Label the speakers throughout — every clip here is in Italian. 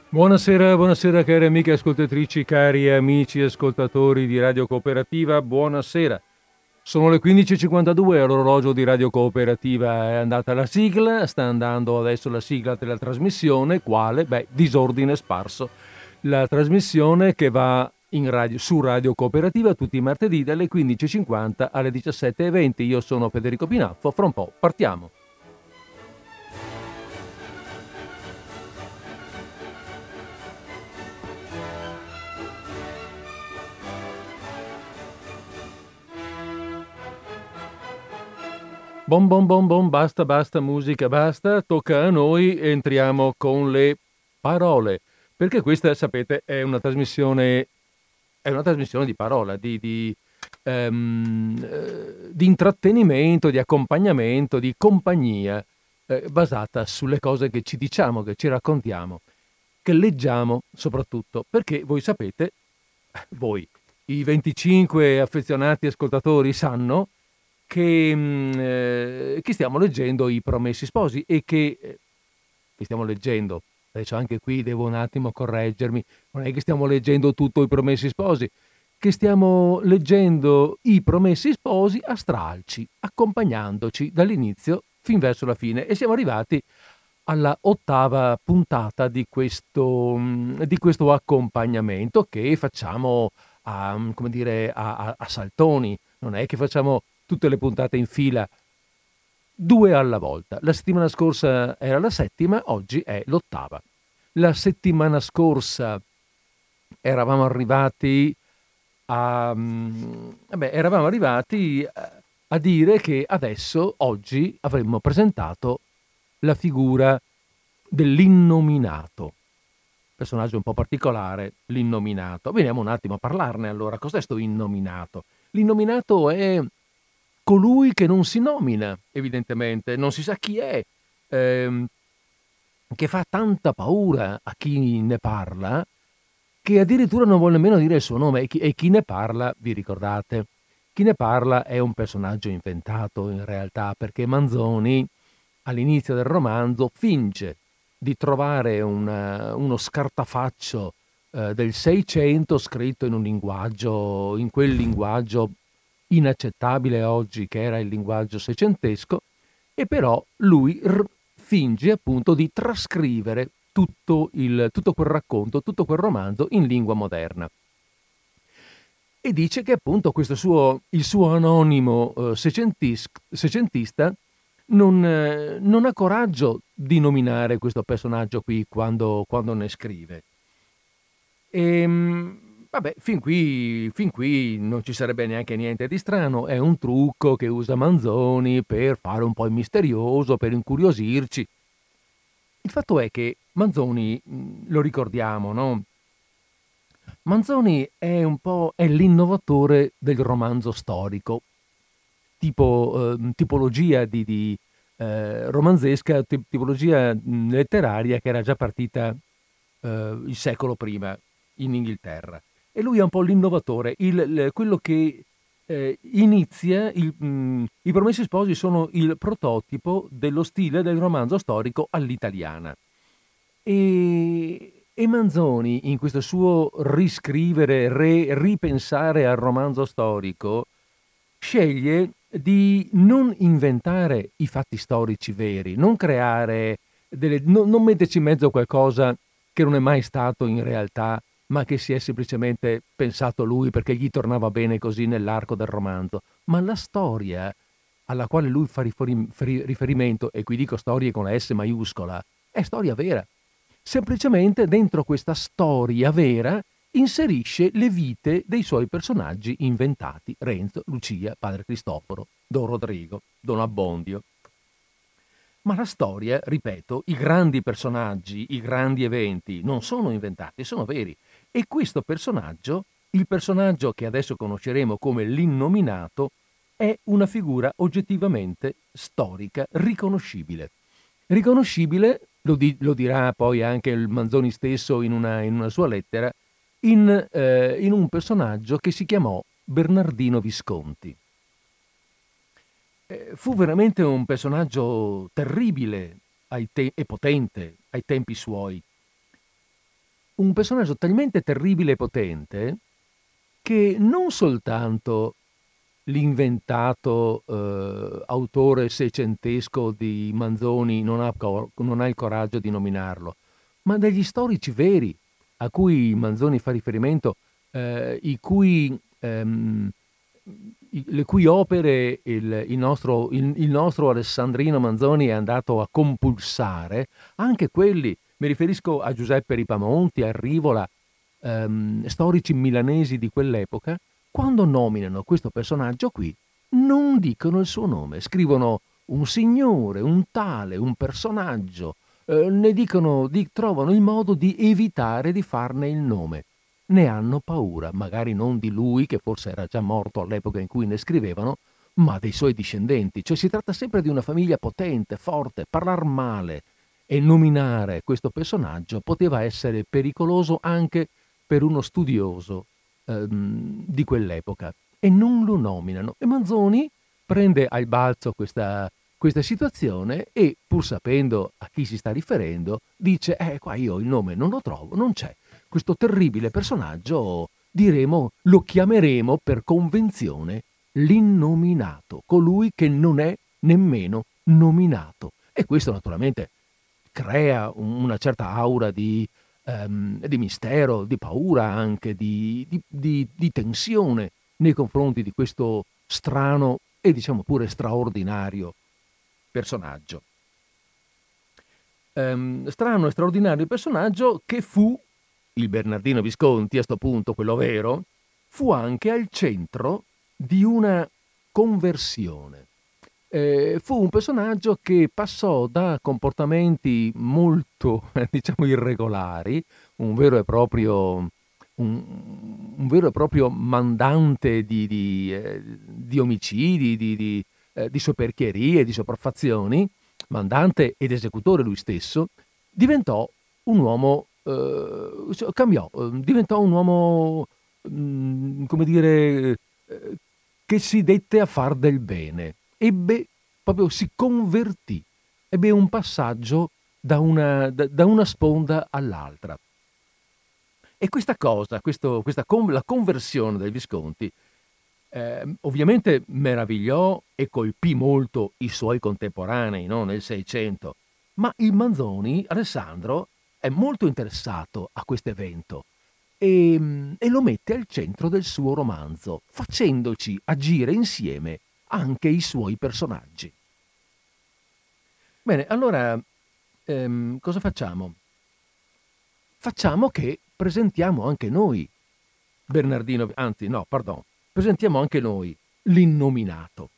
Speaker 1: Buonasera, buonasera cari amiche ascoltatrici, cari amici ascoltatori di Radio Cooperativa, buonasera. Sono le 15.52, all'orologio di Radio Cooperativa è andata la sigla, sta andando adesso la sigla della trasmissione, quale? Beh, Disordine Sparso, la trasmissione che va in radio, su Radio Cooperativa tutti i martedì dalle 15.50 alle 17.20. Io sono Federico Pinaffo, fra un po' partiamo. Bom bom bom bom, basta basta musica, basta, tocca a noi, entriamo con le parole, perché questa, sapete, è una trasmissione di parola, di intrattenimento, di accompagnamento, di compagnia, basata sulle cose che ci diciamo, che ci raccontiamo, che leggiamo soprattutto, perché voi sapete, voi, i 25 affezionati ascoltatori sanno che stiamo leggendo I Promessi Sposi e che stiamo leggendo, adesso anche qui devo un attimo correggermi, non è che stiamo leggendo tutto I Promessi Sposi, che stiamo leggendo I Promessi Sposi a stralci, accompagnandoci dall'inizio fin verso la fine, e siamo arrivati alla ottava puntata di questo accompagnamento che facciamo come dire, a saltoni, non è che facciamo tutte le puntate in fila, due alla volta. La settimana scorsa era la settima, oggi è l'ottava. La settimana scorsa eravamo arrivati eravamo arrivati a dire che adesso, oggi, avremmo presentato la figura dell'innominato. Personaggio un po' particolare, l'innominato. Veniamo un attimo a parlarne allora. Cos'è sto innominato? L'innominato è colui che non si nomina, evidentemente, non si sa chi è, ehm, che fa tanta paura a chi ne parla, che addirittura non vuole nemmeno dire il suo nome. E chi ne parla, vi ricordate? Chi ne parla è un personaggio inventato in realtà, perché Manzoni all'inizio del romanzo finge di trovare uno scartafaccio del Seicento scritto in un linguaggio, in quel linguaggio inaccettabile oggi che era il linguaggio seicentesco, e però lui finge appunto di trascrivere tutto quel racconto, tutto quel romanzo in lingua moderna. E dice che appunto il suo anonimo seicentista non ha coraggio di nominare questo personaggio qui quando ne scrive. Vabbè, fin qui non ci sarebbe neanche niente di strano, è un trucco che usa Manzoni per fare un po' il misterioso, per incuriosirci. Il fatto è che Manzoni, lo ricordiamo, no? Manzoni è un po' è l'innovatore del romanzo storico, tipologia romanzesca, tipologia letteraria che era già partita il secolo prima in Inghilterra. E lui è un po' l'innovatore, quello che inizia. I Promessi Sposi sono il prototipo dello stile del romanzo storico all'italiana. E Manzoni, in questo suo riscrivere, ripensare al romanzo storico, sceglie di non inventare i fatti storici veri, non creare non metterci in mezzo qualcosa che non è mai stato in realtà, ma che si è semplicemente pensato lui perché gli tornava bene così nell'arco del romanzo, ma la storia alla quale lui fa riferimento, e qui dico storie con la S maiuscola, è storia vera. Semplicemente dentro questa storia vera inserisce le vite dei suoi personaggi inventati: Renzo, Lucia, padre Cristoforo, Don Rodrigo, Don Abbondio. Ma la storia, ripeto, i grandi personaggi, i grandi eventi non sono inventati, sono veri. E questo personaggio, il personaggio che adesso conosceremo come l'innominato, è una figura oggettivamente storica, riconoscibile. Riconoscibile, lo dirà poi anche il Manzoni stesso in una sua lettera, in un personaggio che si chiamò Bernardino Visconti. Fu veramente un personaggio terribile e potente ai tempi suoi. un personaggio talmente terribile e potente che non soltanto l'inventato autore seicentesco di Manzoni non ha il coraggio di nominarlo, ma degli storici veri a cui Manzoni fa riferimento, le cui opere il nostro Alessandrino Manzoni è andato a compulsare, anche quelli, mi riferisco a Giuseppe Ripamonti, a Rivola, storici milanesi di quell'epoca, quando nominano questo personaggio qui, non dicono il suo nome, scrivono un signore, un tale, un personaggio, trovano il modo di evitare di farne il nome. Ne hanno paura, magari non di lui, che forse era già morto all'epoca in cui ne scrivevano, ma dei suoi discendenti. Cioè si tratta sempre di una famiglia potente, forte, parlar male e nominare questo personaggio poteva essere pericoloso anche per uno studioso di quell'epoca. E non lo nominano. E Manzoni prende al balzo questa situazione e, pur sapendo a chi si sta riferendo, dice: qua io il nome non lo trovo, non c'è. Questo terribile personaggio, diremo, lo chiameremo per convenzione l'innominato, colui che non è nemmeno nominato. E questo naturalmente crea una certa aura di mistero, di paura anche, di tensione nei confronti di questo strano e diciamo pure straordinario personaggio. Strano e straordinario personaggio che fu il Bernardino Visconti, a sto punto quello vero, fu anche al centro di una conversione. Fu un personaggio che passò da comportamenti molto, diciamo, irregolari, un vero e proprio mandante di omicidi, di soperchierie, di sopraffazioni, mandante ed esecutore lui stesso, diventò un uomo, cambiò, diventò un uomo, come dire, che si dette a far del bene. Si convertì, ebbe un passaggio da una sponda all'altra. E questa cosa, la conversione del Visconti, ovviamente meravigliò e colpì molto i suoi contemporanei, no? Nel Seicento, ma il Manzoni, Alessandro, è molto interessato a questo evento e lo mette al centro del suo romanzo, facendoci agire insieme anche i suoi personaggi. Bene, allora cosa facciamo? Facciamo che presentiamo anche noi presentiamo anche noi l'innominato,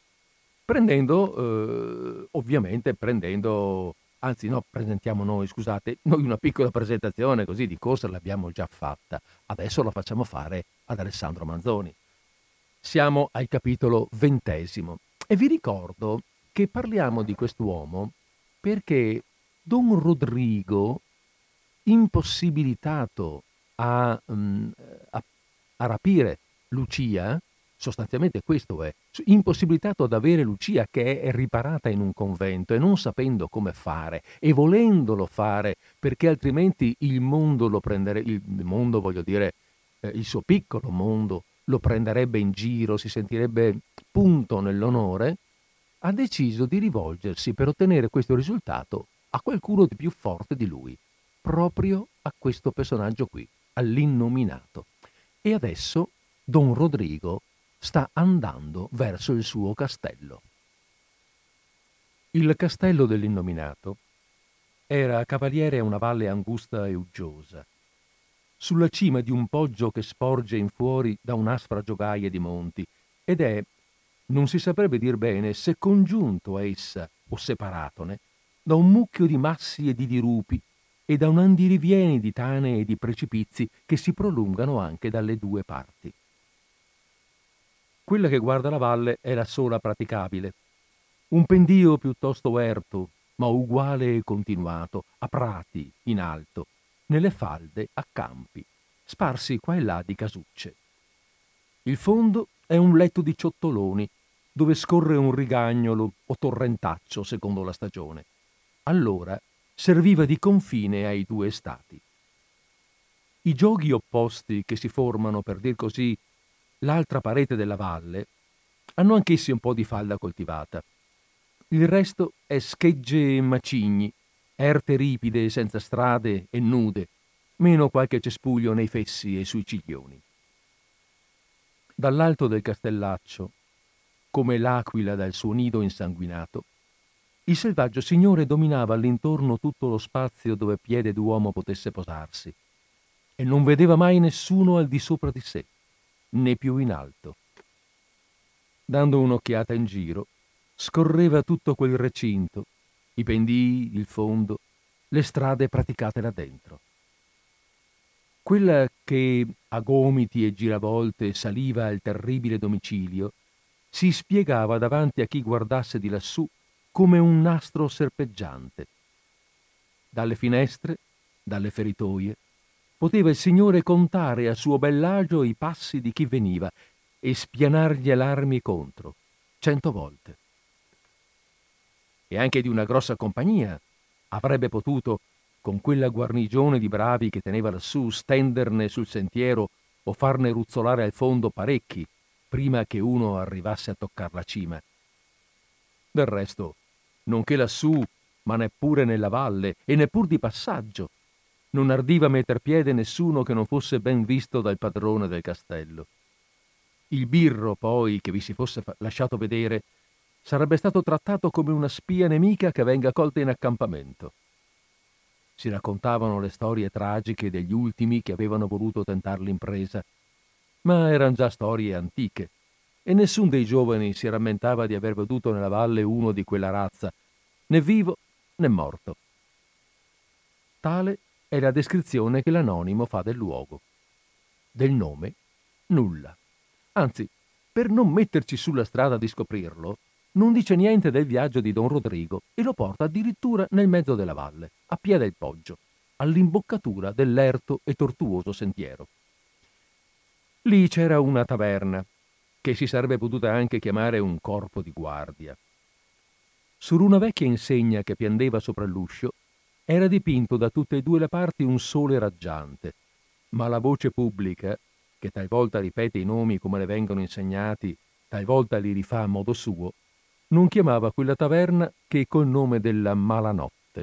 Speaker 1: presentiamo noi, scusate, noi una piccola presentazione così di corsa l'abbiamo già fatta, adesso la facciamo fare ad Alessandro Manzoni. Siamo al capitolo 20 e vi ricordo che parliamo di quest'uomo perché Don Rodrigo, impossibilitato a rapire Lucia, sostanzialmente questo è, impossibilitato ad avere Lucia che è riparata in un convento e non sapendo come fare e volendolo fare perché altrimenti il mondo lo prenderebbe, il mondo voglio dire, il suo piccolo mondo lo prenderebbe in giro, si sentirebbe punto nell'onore, ha deciso di rivolgersi per ottenere questo risultato a qualcuno di più forte di lui, proprio a questo personaggio qui, all'innominato. E adesso Don Rodrigo sta andando verso il suo castello. Il castello dell'innominato era cavaliere a una valle angusta e uggiosa, sulla cima di un poggio che sporge in fuori da un'aspra giogaia di monti ed è, non si saprebbe dir bene se congiunto a essa o separatone, da un mucchio di massi e di dirupi e da un andirivieni di tane e di precipizi che si prolungano anche dalle due parti. Quella che guarda la valle è la sola praticabile, un pendio piuttosto erto, ma uguale e continuato, a prati in alto, nelle falde a campi, sparsi qua e là di casucce. Il fondo è un letto di ciottoloni, dove scorre un rigagnolo o torrentaccio secondo la stagione. Allora serviva di confine ai due stati. I gioghi opposti che si formano, per dir così, l'altra parete della valle, hanno anch'essi un po' di falda coltivata. Il resto è schegge e macigni, erte ripide senza strade e nude, meno qualche cespuglio nei fessi e sui ciglioni. Dall'alto del castellaccio, come l'aquila dal suo nido insanguinato, il selvaggio signore dominava all'intorno tutto lo spazio dove piede d'uomo potesse posarsi e non vedeva mai nessuno al di sopra di sé, né più in alto. Dando un'occhiata in giro, scorreva tutto quel recinto, i pendii, il fondo, le strade praticate là dentro. Quella che a gomiti e giravolte saliva al terribile domicilio si spiegava davanti a chi guardasse di lassù come un nastro serpeggiante. Dalle finestre, dalle feritoie, poteva il signore contare a suo bell'agio i passi di chi veniva e spianargli alarmi contro, 100 volte. E anche di una grossa compagnia avrebbe potuto, con quella guarnigione di bravi che teneva lassù, stenderne sul sentiero o farne ruzzolare al fondo parecchi, prima che uno arrivasse a toccar la cima. Del resto, nonché lassù, ma neppure nella valle e neppur di passaggio, non ardiva metter piede nessuno che non fosse ben visto dal padrone del castello. Il birro, poi, che vi si fosse lasciato vedere, sarebbe stato trattato come una spia nemica che venga colta in accampamento. Si raccontavano le storie tragiche degli ultimi che avevano voluto tentar l'impresa, ma eran già storie antiche, e nessun dei giovani si rammentava di aver veduto nella valle uno di quella razza, né vivo né morto. Tale è la descrizione che l'anonimo fa del luogo. Del nome, nulla. Anzi, per non metterci sulla strada di scoprirlo, non dice niente del viaggio di don Rodrigo e lo porta addirittura nel mezzo della valle, a piè del poggio, all'imboccatura dell'erto e tortuoso sentiero. Lì c'era una taverna, che si sarebbe potuta anche chiamare un corpo di guardia. Su una vecchia insegna che pendeva sopra l'uscio era dipinto da tutte e due le parti un sole raggiante, ma la voce pubblica, che talvolta ripete i nomi come le vengono insegnati, talvolta li rifà a modo suo, non chiamava quella taverna che col nome della Malanotte.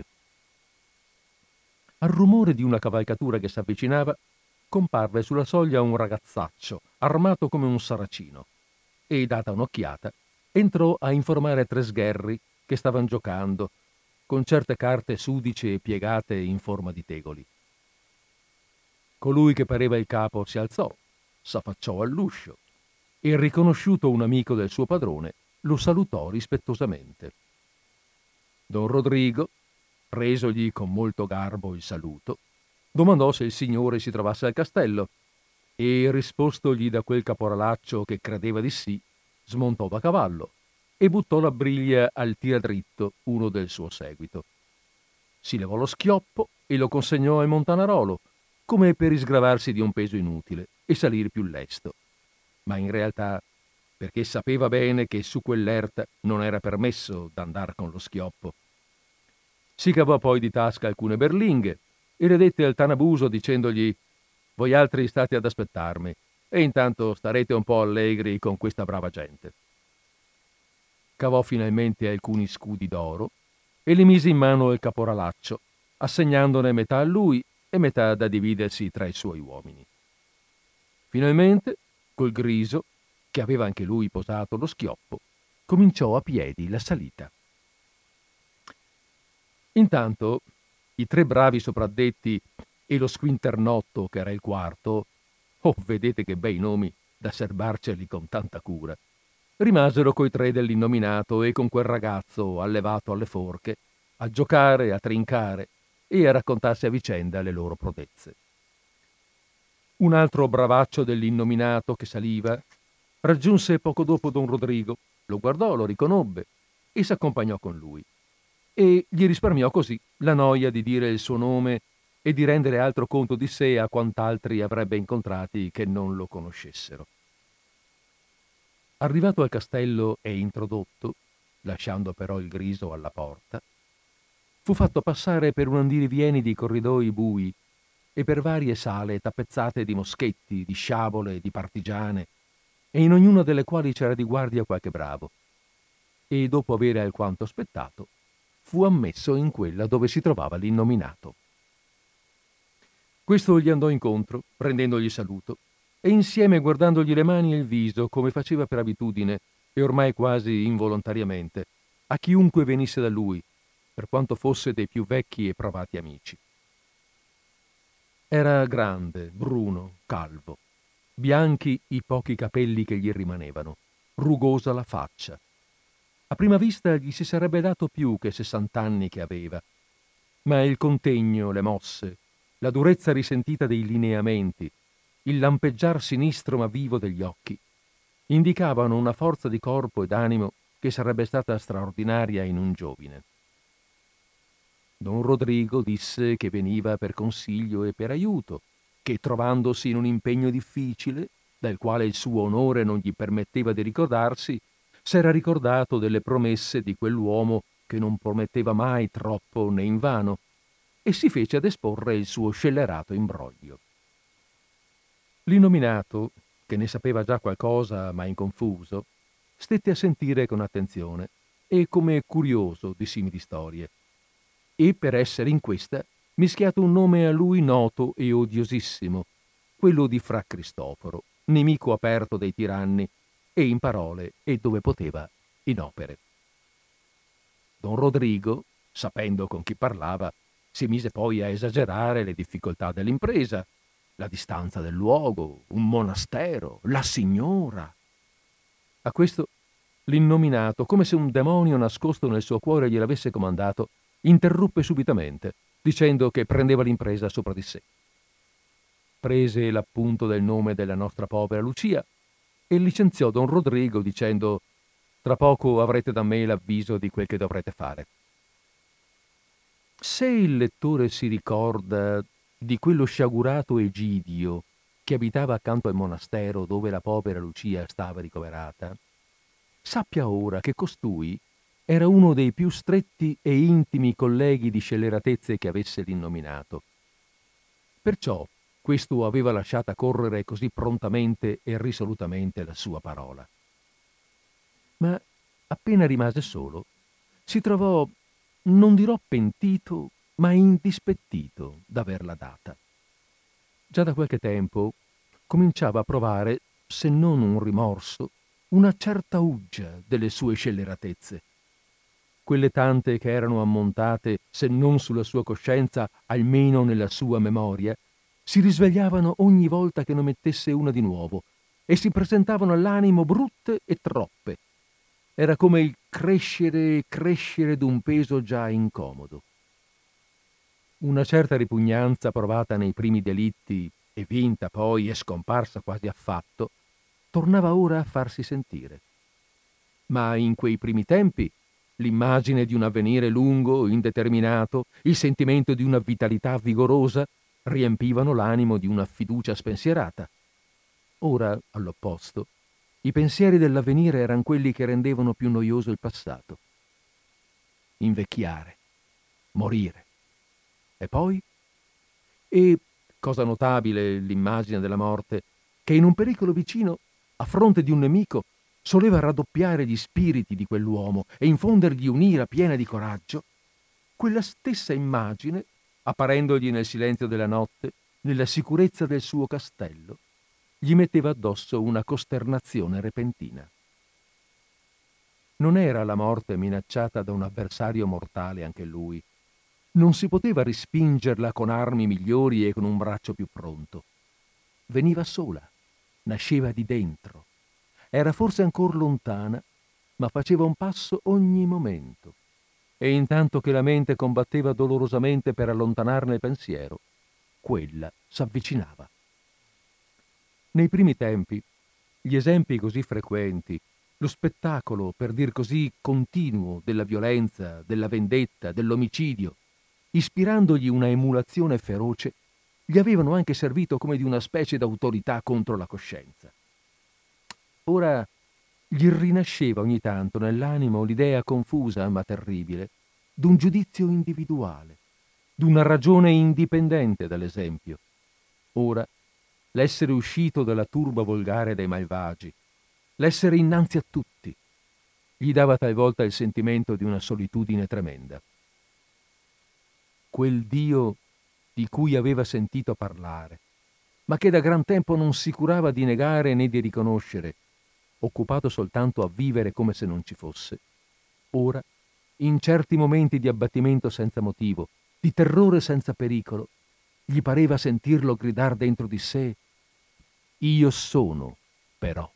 Speaker 1: Al rumore di una cavalcatura che s'avvicinava, comparve sulla soglia un ragazzaccio, armato come un saracino, e, data un'occhiata, entrò a informare tre sgherri che stavano giocando, con certe carte sudice e piegate in forma di tegoli. Colui che pareva il capo si alzò, s'affacciò all'uscio e, riconosciuto un amico del suo padrone, lo salutò rispettosamente. Don Rodrigo, resogli con molto garbo il saluto, domandò se il signore si trovasse al castello e, rispostogli da quel caporalaccio che credeva di sì, smontò da cavallo e buttò la briglia al tiradritto uno del suo seguito. Si levò lo schioppo e lo consegnò al montanarolo, come per isgravarsi di un peso inutile e salir più lesto. Ma in realtà, perché sapeva bene che su quell'erta non era permesso d'andar con lo schioppo. Si cavò poi di tasca alcune berlinghe e le dette al Tanabuso dicendogli: «Voi altri state ad aspettarmi e intanto starete un po' allegri con questa brava gente». Cavò finalmente alcuni scudi d'oro e li mise in mano al caporalaccio, assegnandone metà a lui e metà da dividersi tra i suoi uomini. Finalmente, col Griso, che aveva anche lui posato lo schioppo, cominciò a piedi la salita. Intanto i tre bravi sopravdetti e lo squinternotto, che era il quarto, oh, vedete che bei nomi da serbarceli con tanta cura, rimasero coi tre dell'innominato e con quel ragazzo allevato alle forche a giocare, a trincare e a raccontarsi a vicenda le loro prodezze. Un altro bravaccio dell'innominato che saliva raggiunse poco dopo don Rodrigo, lo guardò, lo riconobbe e s'accompagnò con lui, e gli risparmiò così la noia di dire il suo nome e di rendere altro conto di sé a quant'altri avrebbe incontrati che non lo conoscessero. Arrivato al castello e introdotto, lasciando però il Griso alla porta, fu fatto passare per un andirivieni di corridoi bui e per varie sale tappezzate di moschetti, di sciabole, di partigiane, e in ognuna delle quali c'era di guardia qualche bravo. E dopo avere alquanto aspettato, fu ammesso in quella dove si trovava l'innominato. Questo gli andò incontro, prendendogli saluto, e insieme guardandogli le mani e il viso, come faceva per abitudine, e ormai quasi involontariamente, a chiunque venisse da lui, per quanto fosse dei più vecchi e provati amici. Era grande, bruno, calvo, bianchi i pochi capelli che gli rimanevano, rugosa la faccia. A prima vista gli si sarebbe dato più che 60 anni che aveva, ma il contegno, le mosse, la durezza risentita dei lineamenti, il lampeggiar sinistro ma vivo degli occhi, indicavano una forza di corpo ed animo che sarebbe stata straordinaria in un giovine. Don Rodrigo disse che veniva per consiglio e per aiuto, che trovandosi in un impegno difficile, dal quale il suo onore non gli permetteva di ricordarsi, s'era ricordato delle promesse di quell'uomo che non prometteva mai troppo né invano, e si fece ad esporre il suo scellerato imbroglio. L'innominato, che ne sapeva già qualcosa ma inconfuso, stette a sentire con attenzione e come curioso di simili storie, e per essere in questa mischiato un nome a lui noto e odiosissimo, quello di Fra Cristoforo, nemico aperto dei tiranni, e in parole e dove poteva in opere. Don Rodrigo, sapendo con chi parlava, si mise poi a esagerare le difficoltà dell'impresa, la distanza del luogo, un monastero, la signora. A questo l'innominato, come se un demonio nascosto nel suo cuore gliel'avesse comandato, interruppe subitamente, dicendo che prendeva l'impresa sopra di sé. Prese l'appunto del nome della nostra povera Lucia e licenziò don Rodrigo dicendo: «Tra poco avrete da me l'avviso di quel che dovrete fare». Se il lettore si ricorda di quello sciagurato Egidio che abitava accanto al monastero dove la povera Lucia stava ricoverata, sappia ora che costui era uno dei più stretti e intimi colleghi di scelleratezze che avesse l'innominato. Perciò questo aveva lasciata correre così prontamente e risolutamente la sua parola. Ma appena rimase solo, si trovò, non dirò pentito, ma indispettito d'averla data. Già da qualche tempo cominciava a provare, se non un rimorso, una certa uggia delle sue scelleratezze. Quelle tante che erano ammontate, se non sulla sua coscienza, almeno nella sua memoria, si risvegliavano ogni volta che ne mettesse una di nuovo e si presentavano all'animo brutte e troppe. Era come il crescere e crescere d'un peso già incomodo. Una certa ripugnanza provata nei primi delitti e vinta poi e scomparsa quasi affatto, tornava ora a farsi sentire. Ma in quei primi tempi l'immagine di un avvenire lungo, indeterminato, il sentimento di una vitalità vigorosa riempivano l'animo di una fiducia spensierata. Ora, all'opposto, i pensieri dell'avvenire eran quelli che rendevano più noioso il passato. Invecchiare, morire. E poi? E, cosa notabile, l'immagine della morte, che in un pericolo vicino, a fronte di un nemico, soleva raddoppiare gli spiriti di quell'uomo e infondergli un'ira piena di coraggio, quella stessa immagine, apparendogli nel silenzio della notte, nella sicurezza del suo castello, gli metteva addosso una costernazione repentina. Non era la morte minacciata da un avversario mortale anche lui. Non si poteva respingerla con armi migliori e con un braccio più pronto. Veniva sola, nasceva di dentro. Era forse ancor lontana, ma faceva un passo ogni momento. E intanto che la mente combatteva dolorosamente per allontanarne il pensiero, quella s'avvicinava. Nei primi tempi, gli esempi così frequenti, lo spettacolo, per dir così, continuo della violenza, della vendetta, dell'omicidio, ispirandogli una emulazione feroce, gli avevano anche servito come di una specie d'autorità contro la coscienza. Ora gli rinasceva ogni tanto nell'animo l'idea confusa ma terribile d'un giudizio individuale, d'una ragione indipendente dall'esempio. Ora, l'essere uscito dalla turba volgare dei malvagi, l'essere innanzi a tutti, gli dava talvolta il sentimento di una solitudine tremenda. Quel Dio di cui aveva sentito parlare, ma che da gran tempo non si curava di negare né di riconoscere, occupato soltanto a vivere come se non ci fosse, ora, in certi momenti di abbattimento senza motivo, di terrore senza pericolo, gli pareva sentirlo gridar dentro di sé: io sono, però.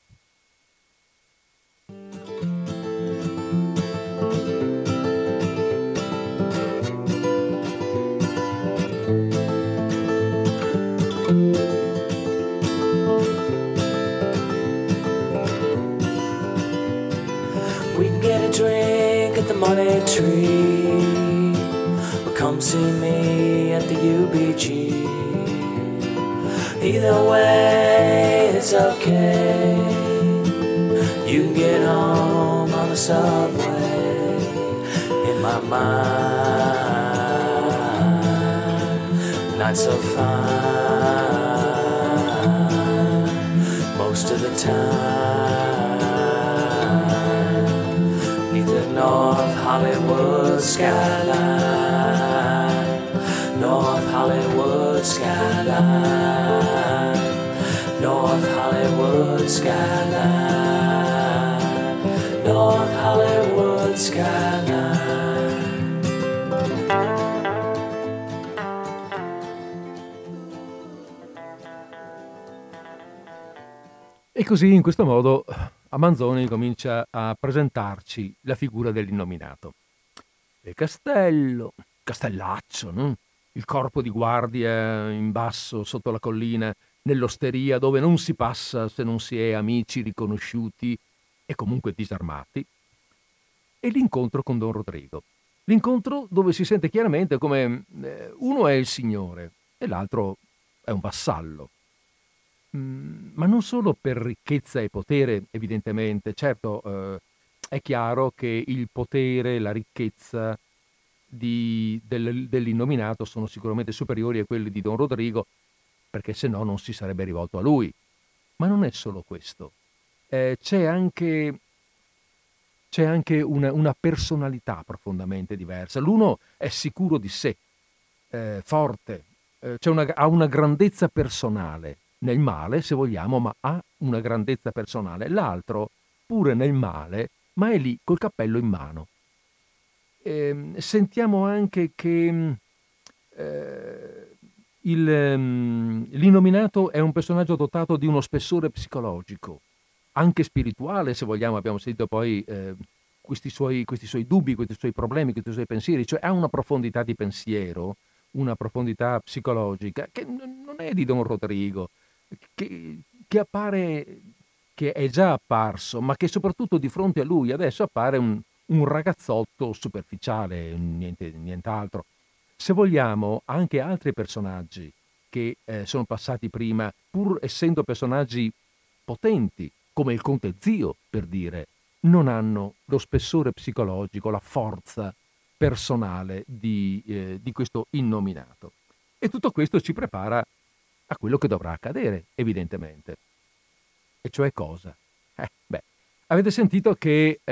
Speaker 2: We can get a drink at the Money Tree, or come see me at the UBG. Either way, it's okay. You can get home on the subway. In my mind, not so fine most of the time. North Hollywood skyline, North Hollywood skyline, North Hollywood skyline, North Hollywood skyline.
Speaker 1: E così, in questo modo, Manzoni comincia a presentarci la figura dell'innominato. Il castello, castellaccio, no? Il corpo di guardia in basso sotto la collina, nell'osteria dove non si passa se non si è amici riconosciuti e comunque disarmati, e l'incontro con Don Rodrigo. L'incontro dove si sente chiaramente come uno è il signore e l'altro è un vassallo. Ma non solo per ricchezza e potere, evidentemente. Certo, è chiaro che il potere, la ricchezza dell'innominato sono sicuramente superiori a quelli di Don Rodrigo, perché se no non si sarebbe rivolto a lui. Ma non è solo questo. C'è anche una personalità profondamente diversa. L'uno è sicuro di sé, forte, ha una grandezza personale, nel male se vogliamo, ma ha una grandezza personale. L'altro, pure nel male, ma è lì col cappello in mano. Sentiamo anche che l'innominato è un personaggio dotato di uno spessore psicologico, anche spirituale se vogliamo. Abbiamo sentito poi questi suoi dubbi, questi suoi problemi, questi suoi pensieri, cioè ha una profondità di pensiero, una profondità psicologica che non è di Don Rodrigo, che appare, che è già apparso, ma che soprattutto di fronte a lui adesso appare un ragazzotto superficiale, nient'altro. Se vogliamo, anche altri personaggi che sono passati prima, pur essendo personaggi potenti, come il Conte Zio, per dire, non hanno lo spessore psicologico, la forza personale di questo innominato. E tutto questo ci prepara a quello che dovrà accadere, evidentemente. E cioè cosa? Avete sentito che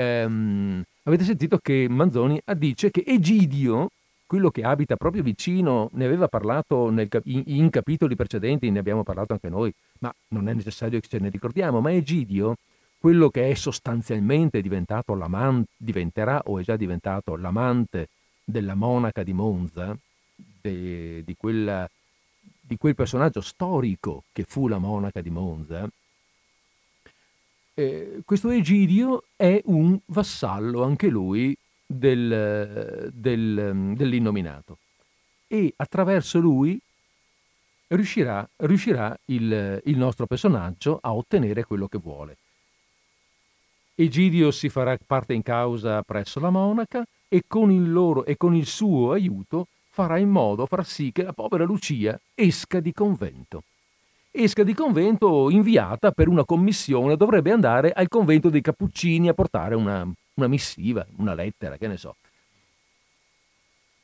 Speaker 1: Manzoni dice che Egidio, quello che abita proprio vicino, ne aveva parlato in capitoli precedenti, ne abbiamo parlato anche noi, ma non è necessario che ce ne ricordiamo, ma Egidio, quello che è sostanzialmente diventerà o è già diventato l'amante della monaca di Monza, di quel personaggio storico che fu la monaca di Monza. Questo Egidio è un vassallo anche lui dell'innominato, e attraverso lui riuscirà il nostro personaggio a ottenere quello che vuole. Egidio si farà parte in causa presso la monaca e con il suo aiuto farà in modo, farà sì che la povera Lucia esca di convento. Inviata per una commissione, dovrebbe andare al convento dei Cappuccini a portare una missiva, una lettera, che ne so.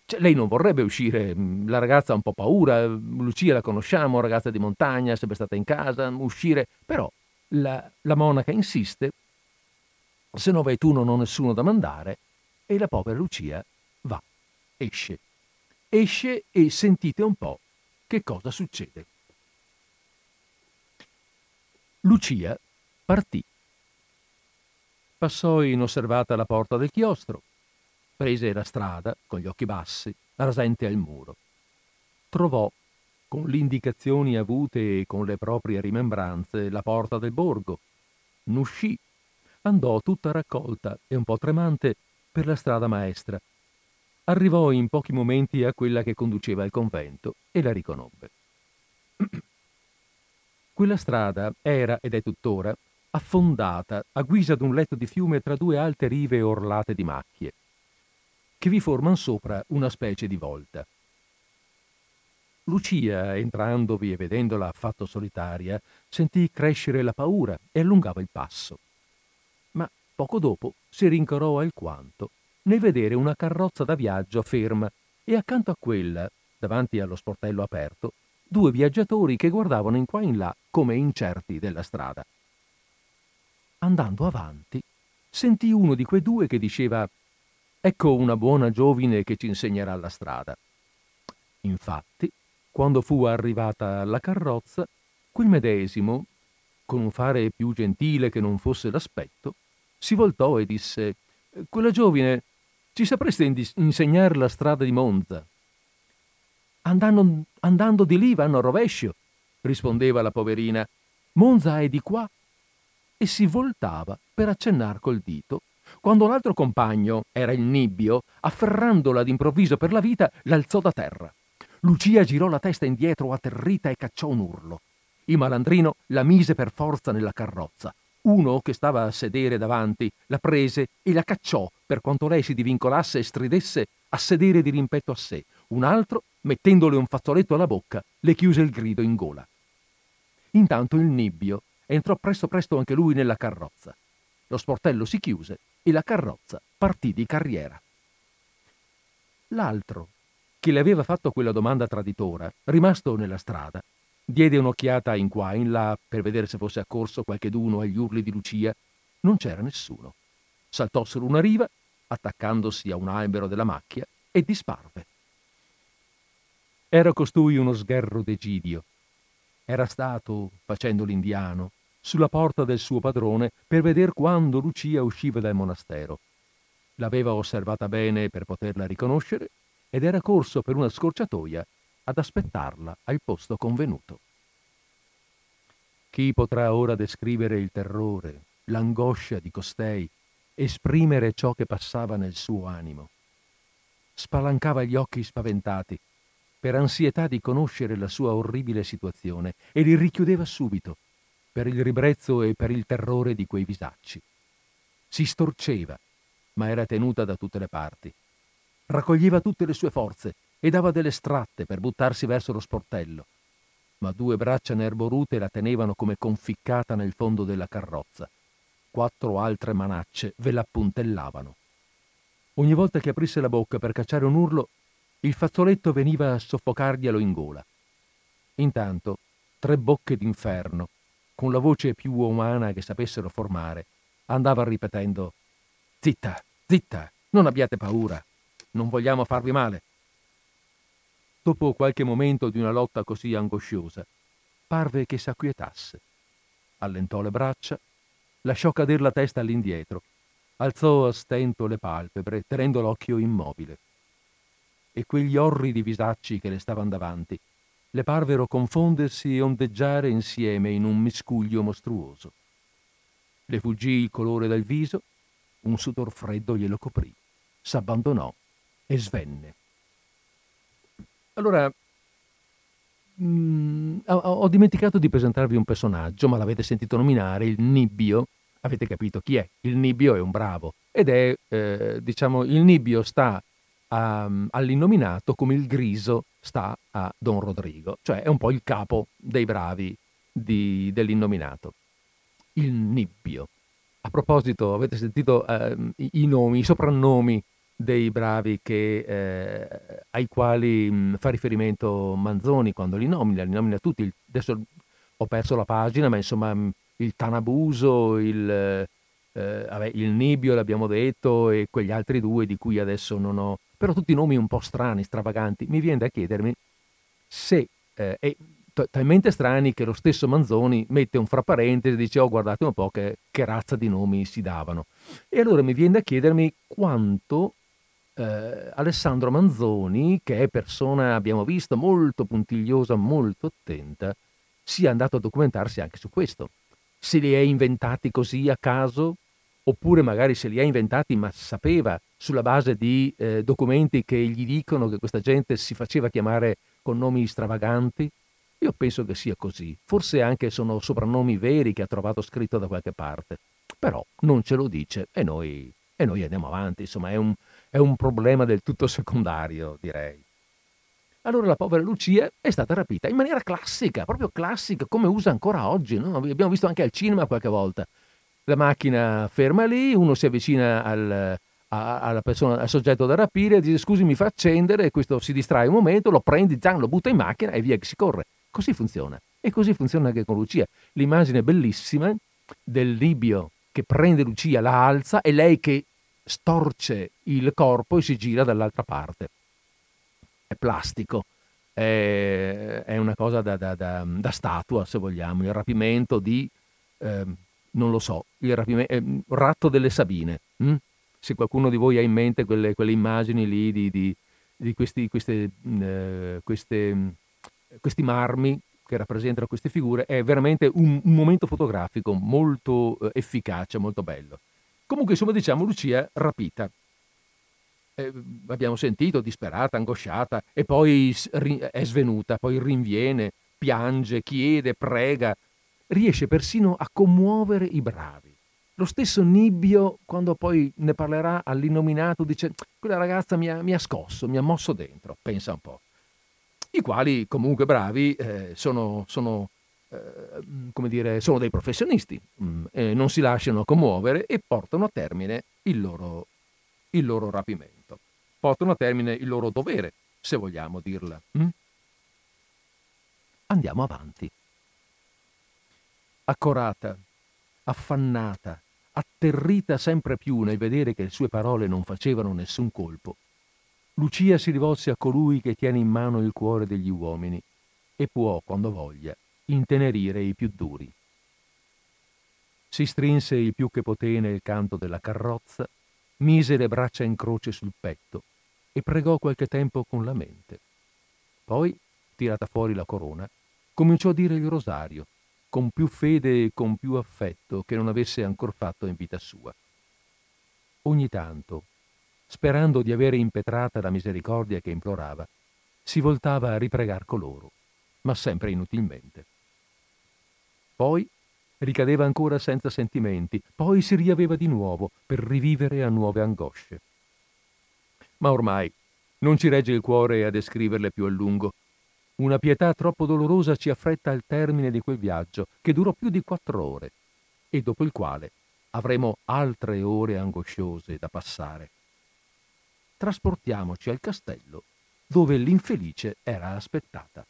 Speaker 1: Cioè, lei non vorrebbe uscire, la ragazza ha un po' paura, Lucia la conosciamo, ragazza di montagna, è sempre stata in casa, uscire, però la monaca insiste, se no vai tu non ho nessuno da mandare, e la povera Lucia va, esce. Esce e sentite un po' che cosa succede. Lucia partì. Passò inosservata la porta del chiostro, prese la strada con gli occhi bassi, rasente al muro. Trovò, con le indicazioni avute e con le proprie rimembranze, la porta del borgo. N'uscì, andò tutta raccolta e un po' tremante per la strada maestra. Arrivò in pochi momenti a quella che conduceva al convento e la riconobbe. Quella strada era, ed è tuttora, affondata a guisa d'un letto di fiume tra due alte rive orlate di macchie, che vi forman sopra una specie di volta. Lucia, entrandovi e vedendola affatto solitaria, sentì crescere la paura e allungava il passo. Ma poco dopo si rincorò alquanto nel vedere una carrozza da viaggio ferma e accanto a quella, davanti allo sportello aperto, due viaggiatori che guardavano in qua e in là come incerti della strada. Andando avanti, sentì uno di quei due che diceva: «Ecco una buona giovine che ci insegnerà la strada». Infatti, quando fu arrivata alla carrozza, quel medesimo, con un fare più gentile che non fosse l'aspetto, si voltò e disse: «Quella giovine, ci sapreste insegnare la strada di Monza?» Andando di lì vanno a rovescio», rispondeva la poverina. «Monza è di qua». E si voltava per accennar col dito, quando l'altro compagno, era il Nibbio, afferrandola d'improvviso per la vita, l'alzò da terra. Lucia girò la testa indietro atterrita e cacciò un urlo. Il malandrino la mise per forza nella carrozza. Uno che stava a sedere davanti la prese e la cacciò, per quanto lei si divincolasse e stridesse, a sedere di rimpetto a sé. Un altro, mettendole un fazzoletto alla bocca, le chiuse il grido in gola. Intanto il Nibbio entrò presto presto anche lui nella carrozza. Lo sportello si chiuse e la carrozza partì di carriera. L'altro, che le aveva fatto quella domanda traditora, rimasto nella strada, diede un'occhiata in qua e in là per vedere se fosse accorso qualcheduno agli urli di Lucia. Non c'era nessuno. Saltò su una riva, attaccandosi a un albero della macchia, e disparve. Era costui uno sgherro d'Egidio. Era stato, facendo l'indiano, sulla porta del suo padrone per veder quando Lucia usciva dal monastero. L'aveva osservata bene per poterla riconoscere ed era corso per una scorciatoia ad aspettarla al posto convenuto. Chi potrà ora descrivere il terrore, l'angoscia di costei, esprimere ciò che passava nel suo animo? Spalancava gli occhi spaventati, per ansietà di conoscere la sua orribile situazione, e li richiudeva subito, per il ribrezzo e per il terrore di quei visacci. Si storceva, ma era tenuta da tutte le parti. Raccoglieva tutte le sue forze e dava delle stratte per buttarsi verso lo sportello, ma due braccia nerborute la tenevano come conficcata nel fondo della carrozza. 4 altre manacce ve la puntellavano. Ogni volta che aprisse la bocca per cacciare un urlo, il fazzoletto veniva a soffocarglielo in gola. Intanto 3 bocche d'inferno, con la voce più umana che sapessero formare, andava ripetendo: «Zitta, zitta, non abbiate paura, non vogliamo farvi male». Dopo qualche momento di una lotta così angosciosa, parve che s'acquietasse. Allentò le braccia, lasciò cader la testa all'indietro, alzò a stento le palpebre, tenendo l'occhio immobile. E quegli orridi visacci che le stavano davanti le parvero confondersi e ondeggiare insieme in un miscuglio mostruoso. Le fuggì il colore dal viso, un sudor freddo glielo coprì, s'abbandonò e svenne. Allora, ho dimenticato di presentarvi un personaggio, ma l'avete sentito nominare, il Nibbio. Avete capito chi è? Il Nibbio è un bravo ed è, il Nibbio sta all'innominato come il Griso sta a Don Rodrigo, cioè è un po' il capo dei bravi dell'innominato. Il Nibbio. A proposito, avete sentito i nomi, i soprannomi dei bravi ai quali fa riferimento Manzoni quando li nomina tutti. Adesso ho perso la pagina, ma insomma il Tanabuso, il Nibbio l'abbiamo detto, e quegli altri due di cui adesso non ho, però tutti nomi un po' strani, stravaganti. Mi viene da chiedermi se talmente strani che lo stesso Manzoni mette un fra parentesi e dice: oh, guardate un po' che razza di nomi si davano. E allora mi viene da chiedermi quanto Alessandro Manzoni, che è persona, abbiamo visto, molto puntigliosa, molto attenta, sia andato a documentarsi anche su questo. Se li è inventati così a caso, oppure magari se li ha inventati ma sapeva sulla base di documenti che gli dicono che questa gente si faceva chiamare con nomi stravaganti. Io penso che sia così. Forse anche sono soprannomi veri che ha trovato scritto da qualche parte. Però non ce lo dice e noi andiamo avanti. Insomma, è un problema del tutto secondario, direi. Allora la povera Lucia è stata rapita in maniera classica, proprio classica, come usa ancora oggi, no? Abbiamo visto anche al cinema qualche volta. La macchina ferma lì, uno si avvicina alla persona, al soggetto da rapire, dice: scusi, mi fa accendere, e questo si distrae un momento, lo prendi, lo butta in macchina e via che si corre. Così funziona. E così funziona anche con Lucia. L'immagine bellissima del Libio che prende Lucia, la alza, e lei che storce il corpo e si gira dall'altra parte. È plastico, è una cosa da statua, se vogliamo, il rapimento di, non lo so, ratto delle Sabine. Se qualcuno di voi ha in mente quelle immagini lì di questi marmi che rappresentano queste figure, è veramente un momento fotografico molto efficace, molto bello. Comunque, insomma, diciamo, Lucia rapita. Abbiamo sentito, disperata, angosciata, e poi è svenuta, poi rinviene, piange, chiede, prega, riesce persino a commuovere i bravi. Lo stesso Nibbio, quando poi ne parlerà all'innominato, dice: quella ragazza mi ha scosso, mi ha mosso dentro, pensa un po'. I quali comunque bravi sono come dire, sono dei professionisti, non si lasciano commuovere e portano a termine il loro rapimento. Portano a termine il loro dovere, se vogliamo dirla. Andiamo avanti. Accorata, affannata, atterrita sempre più nel vedere che le sue parole non facevano nessun colpo, Lucia si rivolse a colui che tiene in mano il cuore degli uomini e può, quando voglia, intenerire i più duri. Si strinse il più che poté nel canto della carrozza, mise le braccia in croce sul petto e pregò qualche tempo con la mente. Poi, tirata fuori la corona, cominciò a dire il rosario, con più fede e con più affetto che non avesse ancor fatto in vita sua. Ogni tanto, sperando di avere impetrata la misericordia che implorava, si voltava a ripregar coloro, ma sempre inutilmente. Poi ricadeva ancora senza sentimenti, poi si riaveva di nuovo per rivivere a nuove angosce. Ma ormai non ci regge il cuore a descriverle più a lungo. Una pietà troppo dolorosa ci affretta al termine di quel viaggio, che durò più di 4 ore, e dopo il quale avremo altre ore angosciose da passare. Trasportiamoci al castello, dove l'infelice era aspettata.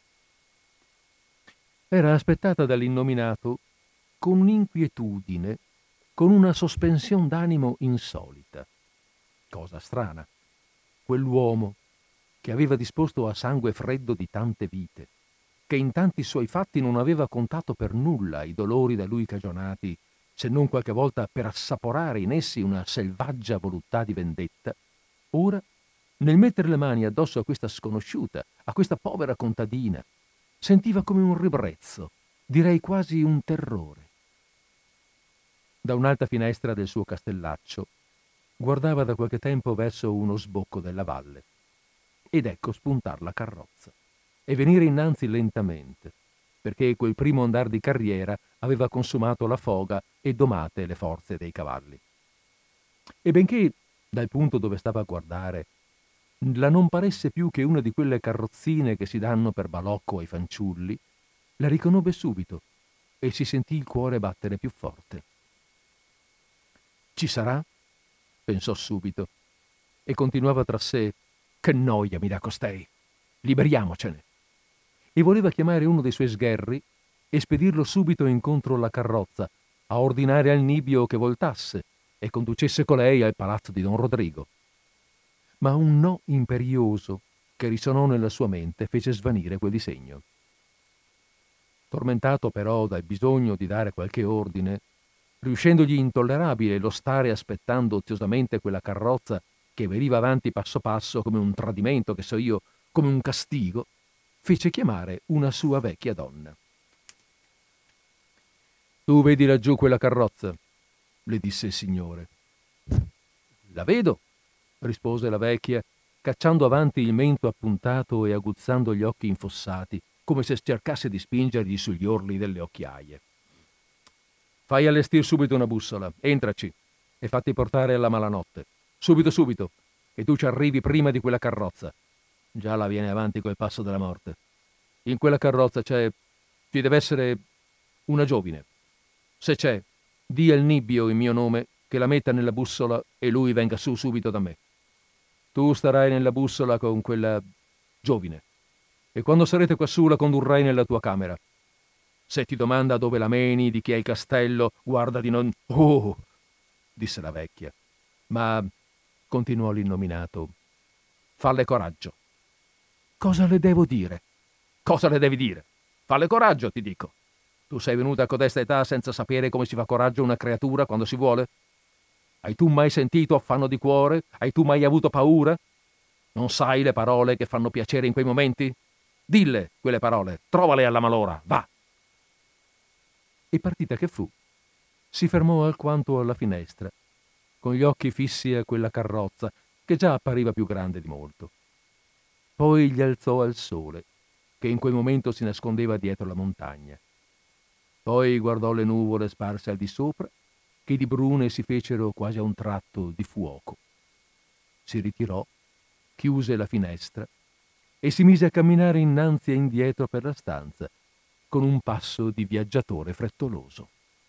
Speaker 1: Era aspettata dall'innominato con un'inquietudine, con una sospensione d'animo insolita. Cosa strana. Quell'uomo che aveva disposto a sangue freddo di tante vite, che in tanti suoi fatti non aveva contato per nulla i dolori da lui cagionati, se non qualche volta per assaporare in essi una selvaggia voluttà di vendetta, ora, nel mettere le mani addosso a questa sconosciuta, a questa povera contadina, sentiva come un ribrezzo, direi quasi un terrore. Da un'alta finestra del suo castellaccio guardava da qualche tempo verso uno sbocco della valle, ed ecco spuntar la carrozza e venire innanzi lentamente, perché quel primo andar di carriera aveva consumato la foga e domate le forze dei cavalli. E benché dal punto dove stava a guardare la non paresse più che una di quelle carrozzine che si danno per balocco ai fanciulli, la riconobbe subito e si sentì il cuore battere più forte. Ci sarà? Pensò subito. e continuava tra sé: «Che noia mi dà costei! Liberiamocene!» E voleva chiamare uno dei suoi sgherri e spedirlo subito incontro alla carrozza, a ordinare al Nibbio che voltasse e conducesse colei al palazzo di don Rodrigo. Ma un no imperioso che risonò nella sua mente fece svanire quel disegno. Tormentato però dal bisogno di dare qualche ordine, riuscendogli intollerabile lo stare aspettando oziosamente quella carrozza che veniva avanti passo passo come un tradimento, che so io, come un castigo, fece chiamare una sua vecchia donna. «Tu vedi laggiù quella carrozza?» le disse il signore. «La vedo», rispose la vecchia, cacciando avanti il mento appuntato e aguzzando gli occhi infossati, come se cercasse di spingergli sugli orli delle occhiaie. «Fai allestir subito una bussola, entraci e fatti portare alla malanotte. Subito, subito, che tu ci arrivi prima di quella carrozza. Già la viene avanti col passo della morte. In quella carrozza ci deve essere una giovine. Se c'è, di al Nibbio il mio nome, che la metta nella bussola e lui venga su subito da me. Tu starai nella bussola con quella giovine e quando sarete quassù la condurrai nella tua camera. Se ti domanda dove la meni, di chi è il castello, guarda di non...» «Oh!» disse la vecchia. «Ma», continuò l'innominato, «falle coraggio». «Cosa le devo dire?» «Cosa le devi dire? Falle coraggio, ti dico. Tu sei venuta a codesta età senza sapere come si fa coraggio a una creatura quando si vuole? Hai tu mai sentito affanno di cuore? Hai tu mai avuto paura? Non sai le parole che fanno piacere in quei momenti? Dille quelle parole, trovale alla malora, va!» E partita che fu, si fermò alquanto alla finestra, con gli occhi fissi a quella carrozza che già appariva più grande di molto. Poi gli alzò al sole, che in quel momento si nascondeva dietro la montagna. Poi guardò le nuvole sparse al di sopra, che di brune si fecero quasi a un tratto di fuoco. Si ritirò, chiuse la finestra e si mise a camminare innanzi e indietro per la stanza, con un passo di viaggiatore frettoloso.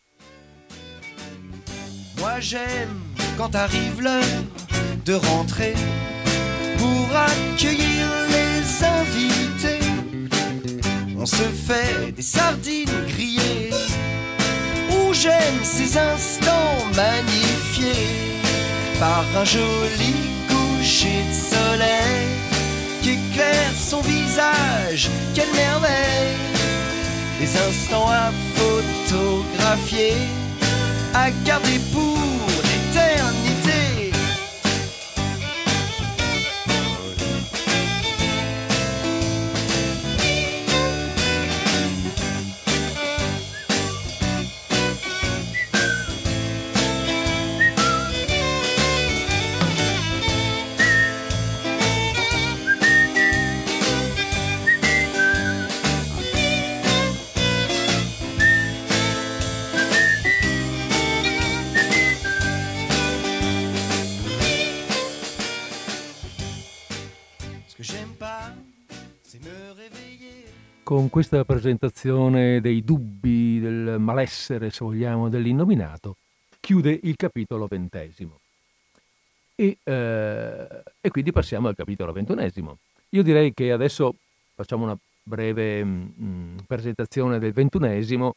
Speaker 3: Moi j'aime quand arrive l'heure de rentrer pour accueillir les invités. On se fait des sardines grillées, ou j'aime ces instants magnifiés par un joli coucher de soleil qui éclaire son visage. Quelle merveille! Des instants à photographier, à garder pour l'éternité.
Speaker 1: Con questa presentazione dei dubbi, del malessere, se vogliamo, dell'innominato, chiude il capitolo 20. E quindi passiamo al capitolo 21. Io direi che adesso facciamo una breve presentazione del 21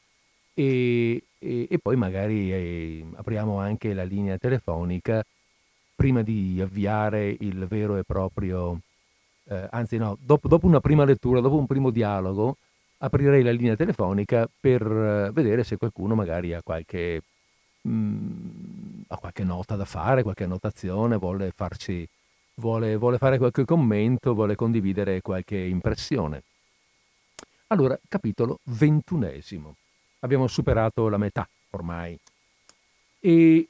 Speaker 1: e poi magari apriamo anche la linea telefonica prima di avviare il vero e proprio... anzi no, dopo una prima lettura, dopo un primo dialogo, aprirei la linea telefonica per vedere se qualcuno magari ha qualche nota da fare, qualche annotazione, vuole fare qualche commento, vuole condividere qualche impressione. Allora, capitolo 21. Abbiamo superato la metà ormai. E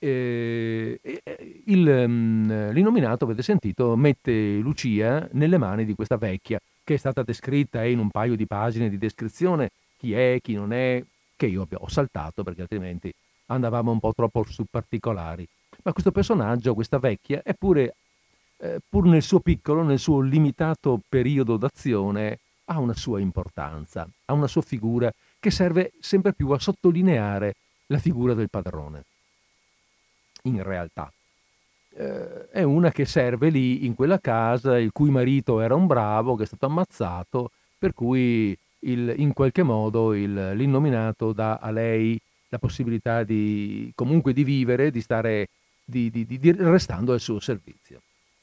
Speaker 1: l'innominato, avete sentito, mette Lucia nelle mani di questa vecchia che è stata descritta in un paio di pagine di descrizione, chi è, chi non è, che io ho saltato perché altrimenti andavamo un po' troppo su particolari. Ma questo personaggio, questa vecchia, è pur nel suo piccolo, nel suo limitato periodo d'azione, ha una sua importanza, ha una sua figura che serve sempre più a sottolineare la figura del padrone. In realtà, è una che serve lì in quella casa, il cui marito era un bravo che è stato ammazzato, per cui in qualche modo l'innominato dà a lei la possibilità di comunque di vivere, di stare, restando al suo servizio.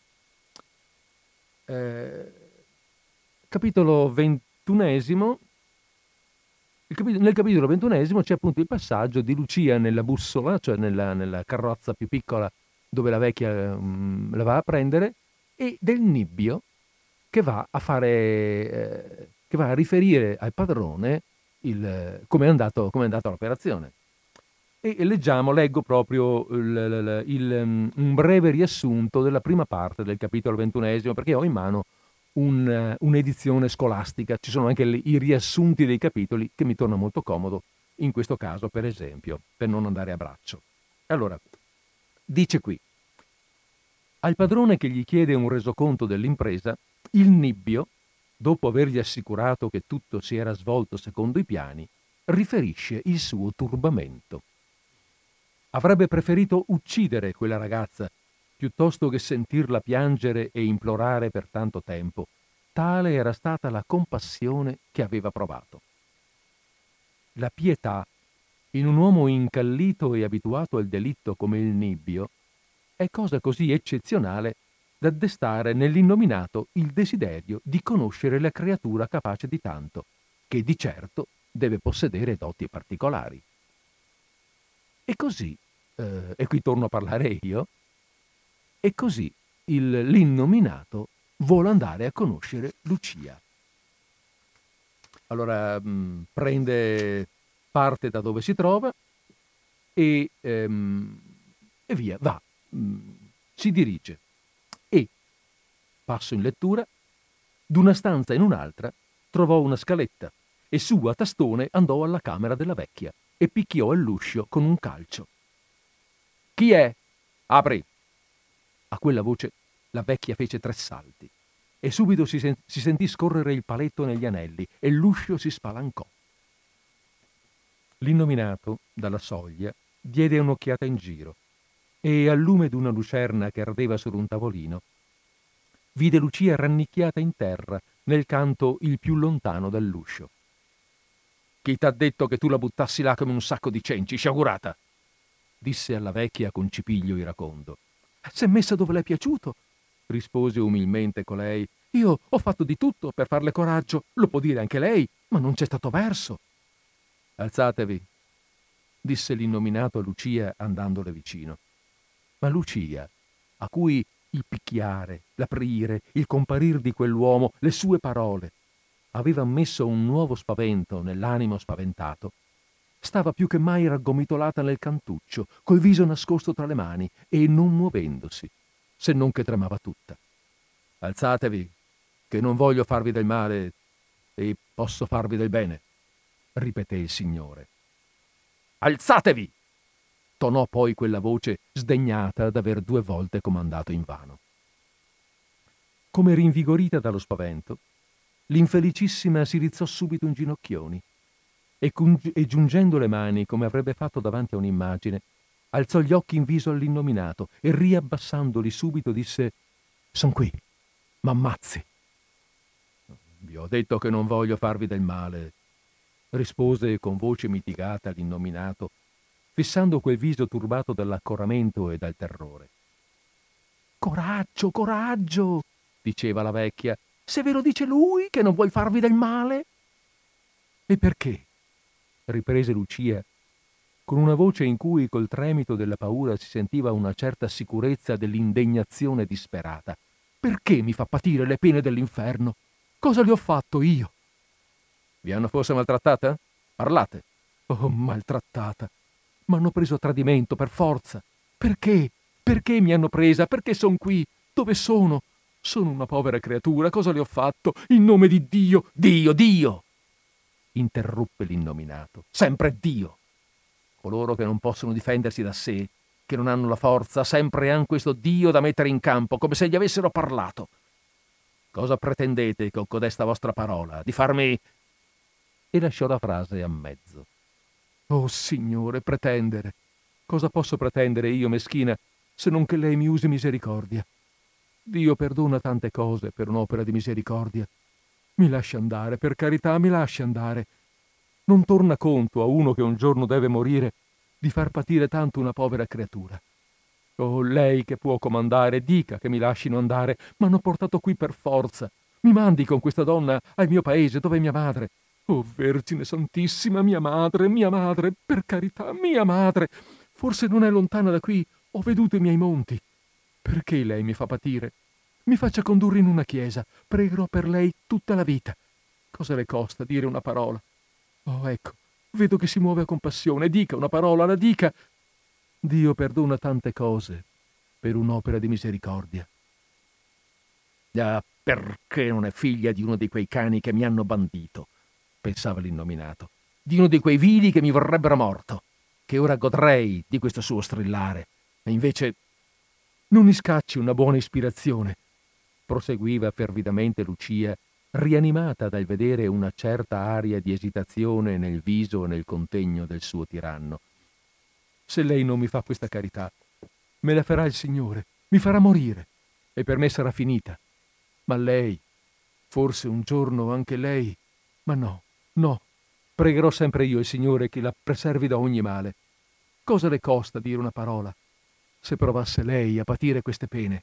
Speaker 1: Capitolo 21. Nel capitolo 21 c'è appunto il passaggio di Lucia nella bussola, cioè nella carrozza più piccola dove la vecchia la va a prendere, e del Nibbio che va a fare, che va a riferire al padrone come è andato l'operazione. E leggo proprio un breve riassunto della prima parte del capitolo 21, perché ho in mano un'edizione scolastica. Ci sono anche i riassunti dei capitoli, che mi torna molto comodo in questo caso, per esempio, per non andare a braccio. Allora, dice qui: al padrone che gli chiede un resoconto dell'impresa, il Nibbio, dopo avergli assicurato che tutto si era svolto secondo i piani, riferisce il suo turbamento. Avrebbe preferito uccidere quella ragazza piuttosto che sentirla piangere e implorare per tanto tempo. Tale era stata la compassione che aveva provato. La pietà, in un uomo incallito e abituato al delitto come il Nibbio, è cosa così eccezionale da destare nell'innominato il desiderio di conoscere la creatura capace di tanto, che di certo deve possedere doti particolari. E così, e qui torno a parlare io, e così l'innominato vuole andare a conoscere Lucia. Allora parte da dove si trova e via, va, si dirige. E, passo in lettura, d'una stanza in un'altra trovò una scaletta e su a tastone andò alla camera della vecchia e picchiò all'uscio con un calcio. «Chi è? Apri!» A quella voce la vecchia fece 3 salti e subito si sentì scorrere il paletto negli anelli e l'uscio si spalancò. L'innominato, dalla soglia, diede un'occhiata in giro e, al lume d'una lucerna che ardeva su un tavolino, vide Lucia rannicchiata in terra nel canto il più lontano dall'uscio. «Chi t'ha detto che tu la buttassi là come un sacco di cenci, sciagurata?» disse alla vecchia con cipiglio iracondo. «S'è messa dove le è piaciuto», rispose umilmente colei. «Io ho fatto di tutto per farle coraggio, lo può dire anche lei, ma non c'è stato verso». «Alzatevi», disse l'innominato a Lucia andandole vicino. Ma Lucia, a cui il picchiare, l'aprire, il comparir di quell'uomo, le sue parole, aveva messo un nuovo spavento nell'animo spaventato, stava più che mai raggomitolata nel cantuccio, col viso nascosto tra le mani e non muovendosi, se non che tremava tutta. «Alzatevi, che non voglio farvi del male e posso farvi del bene», ripeté il signore. «Alzatevi!» tonò poi quella voce sdegnata d'aver 2 volte comandato invano. Come rinvigorita dallo spavento, l'infelicissima si rizzò subito in ginocchioni e giungendo le mani come avrebbe fatto davanti a un'immagine, alzò gli occhi in viso all'innominato e riabbassandoli subito disse: «Son qui, m'ammazzi». «Vi ho detto che non voglio farvi del male», rispose con voce mitigata l'innominato, fissando quel viso turbato dall'accoramento e dal terrore. «Coraggio, coraggio», diceva la vecchia, «se ve lo dice lui che non vuol farvi del male». «E perché?» riprese Lucia, con una voce in cui col tremito della paura si sentiva una certa sicurezza dell'indignazione disperata. «Perché mi fa patire le pene dell'inferno? Cosa le ho fatto io?» «Vi hanno forse maltrattata? Parlate». «Oh, maltrattata! M'hanno preso a tradimento per forza. Perché? Perché mi hanno presa? Perché son qui? Dove sono? Sono una povera creatura. Cosa le ho fatto? In nome di Dio!» «Dio, Dio!» interruppe l'innominato. «Sempre Dio! Coloro che non possono difendersi da sé, che non hanno la forza, sempre han questo Dio da mettere in campo, come se gli avessero parlato. Cosa pretendete con codesta vostra parola? Di farmi...» E lasciò la frase a mezzo. «Oh, Signore, pretendere! Cosa posso pretendere io, meschina, se non che lei mi usi misericordia. Dio perdona tante cose per un'opera di misericordia. Mi lasci andare, per carità, mi lasci andare. Non torna conto a uno che un giorno deve morire di far patire tanto una povera creatura. Oh, lei che può comandare, dica che mi lascino andare. M'hanno portato qui per forza. Mi mandi con questa donna al mio paese, dove è mia madre. Oh, Vergine Santissima, mia madre, per carità, mia madre. Forse non è lontana da qui, ho veduto i miei monti. Perché lei mi fa patire? Mi faccia condurre in una chiesa, pregherò per lei tutta la vita. Cosa le costa dire una parola? Oh, ecco, vedo che si muove a compassione. Dica una parola, la dica. Dio perdona tante cose per un'opera di misericordia. Ah, perché non è figlia di uno di quei cani che mi hanno bandito, pensava l'innominato, di uno di quei vili che mi vorrebbero morto, che ora godrei di questo suo strillare. E invece non mi scacci una buona ispirazione, proseguiva fervidamente Lucia, rianimata dal vedere una certa aria di esitazione nel viso e nel contegno del suo tiranno. Se lei non mi fa questa carità, me la farà il Signore, mi farà morire, e per me sarà finita. Ma lei, forse un giorno anche lei, ma no, pregherò sempre io il Signore che la preservi da ogni male. Cosa le costa dire una parola? Se provasse lei a patire queste pene.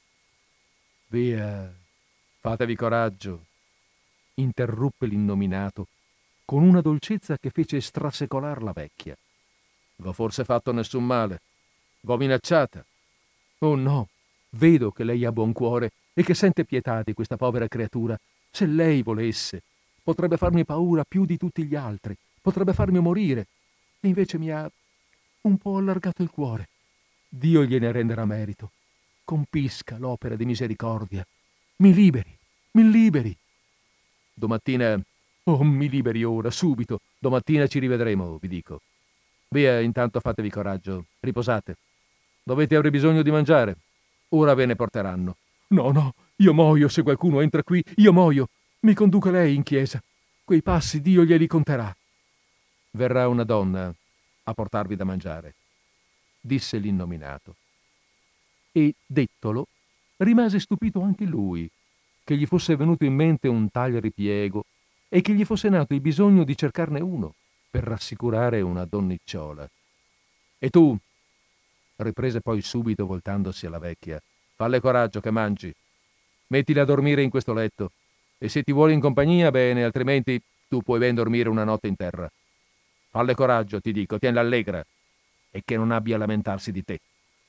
Speaker 1: Via, fatevi coraggio, interruppe l'innominato, con una dolcezza che fece strasecolar la vecchia. V'ho forse fatto nessun male? V'ho minacciata? Oh no, vedo che lei ha buon cuore e che sente pietà di questa povera creatura. Se lei volesse, potrebbe farmi paura più di tutti gli altri, potrebbe farmi morire, e invece mi ha un po' allargato il cuore. Dio gliene renderà merito. Compisca l'opera di misericordia. Mi liberi. Domattina, mi liberi ora, subito. Domattina ci rivedremo, vi dico. Via, intanto fatevi coraggio, riposate. Dovete avere bisogno di mangiare. Ora ve ne porteranno. No, io muoio se qualcuno entra qui, io muoio. Mi conduca lei in chiesa. Quei passi Dio glieli conterà. Verrà una donna a portarvi da mangiare, disse l'innominato. E, dettolo, rimase stupito anche lui, che gli fosse venuto in mente un tal ripiego e che gli fosse nato il bisogno di cercarne uno per rassicurare una donnicciola. E tu, riprese poi subito voltandosi alla vecchia, falle coraggio che mangi. Mettila a dormire in questo letto, e se ti vuole in compagnia, bene, altrimenti tu puoi ben dormire una notte in terra. Falle coraggio, ti dico, tienla allegra, e che non abbia a lamentarsi di te.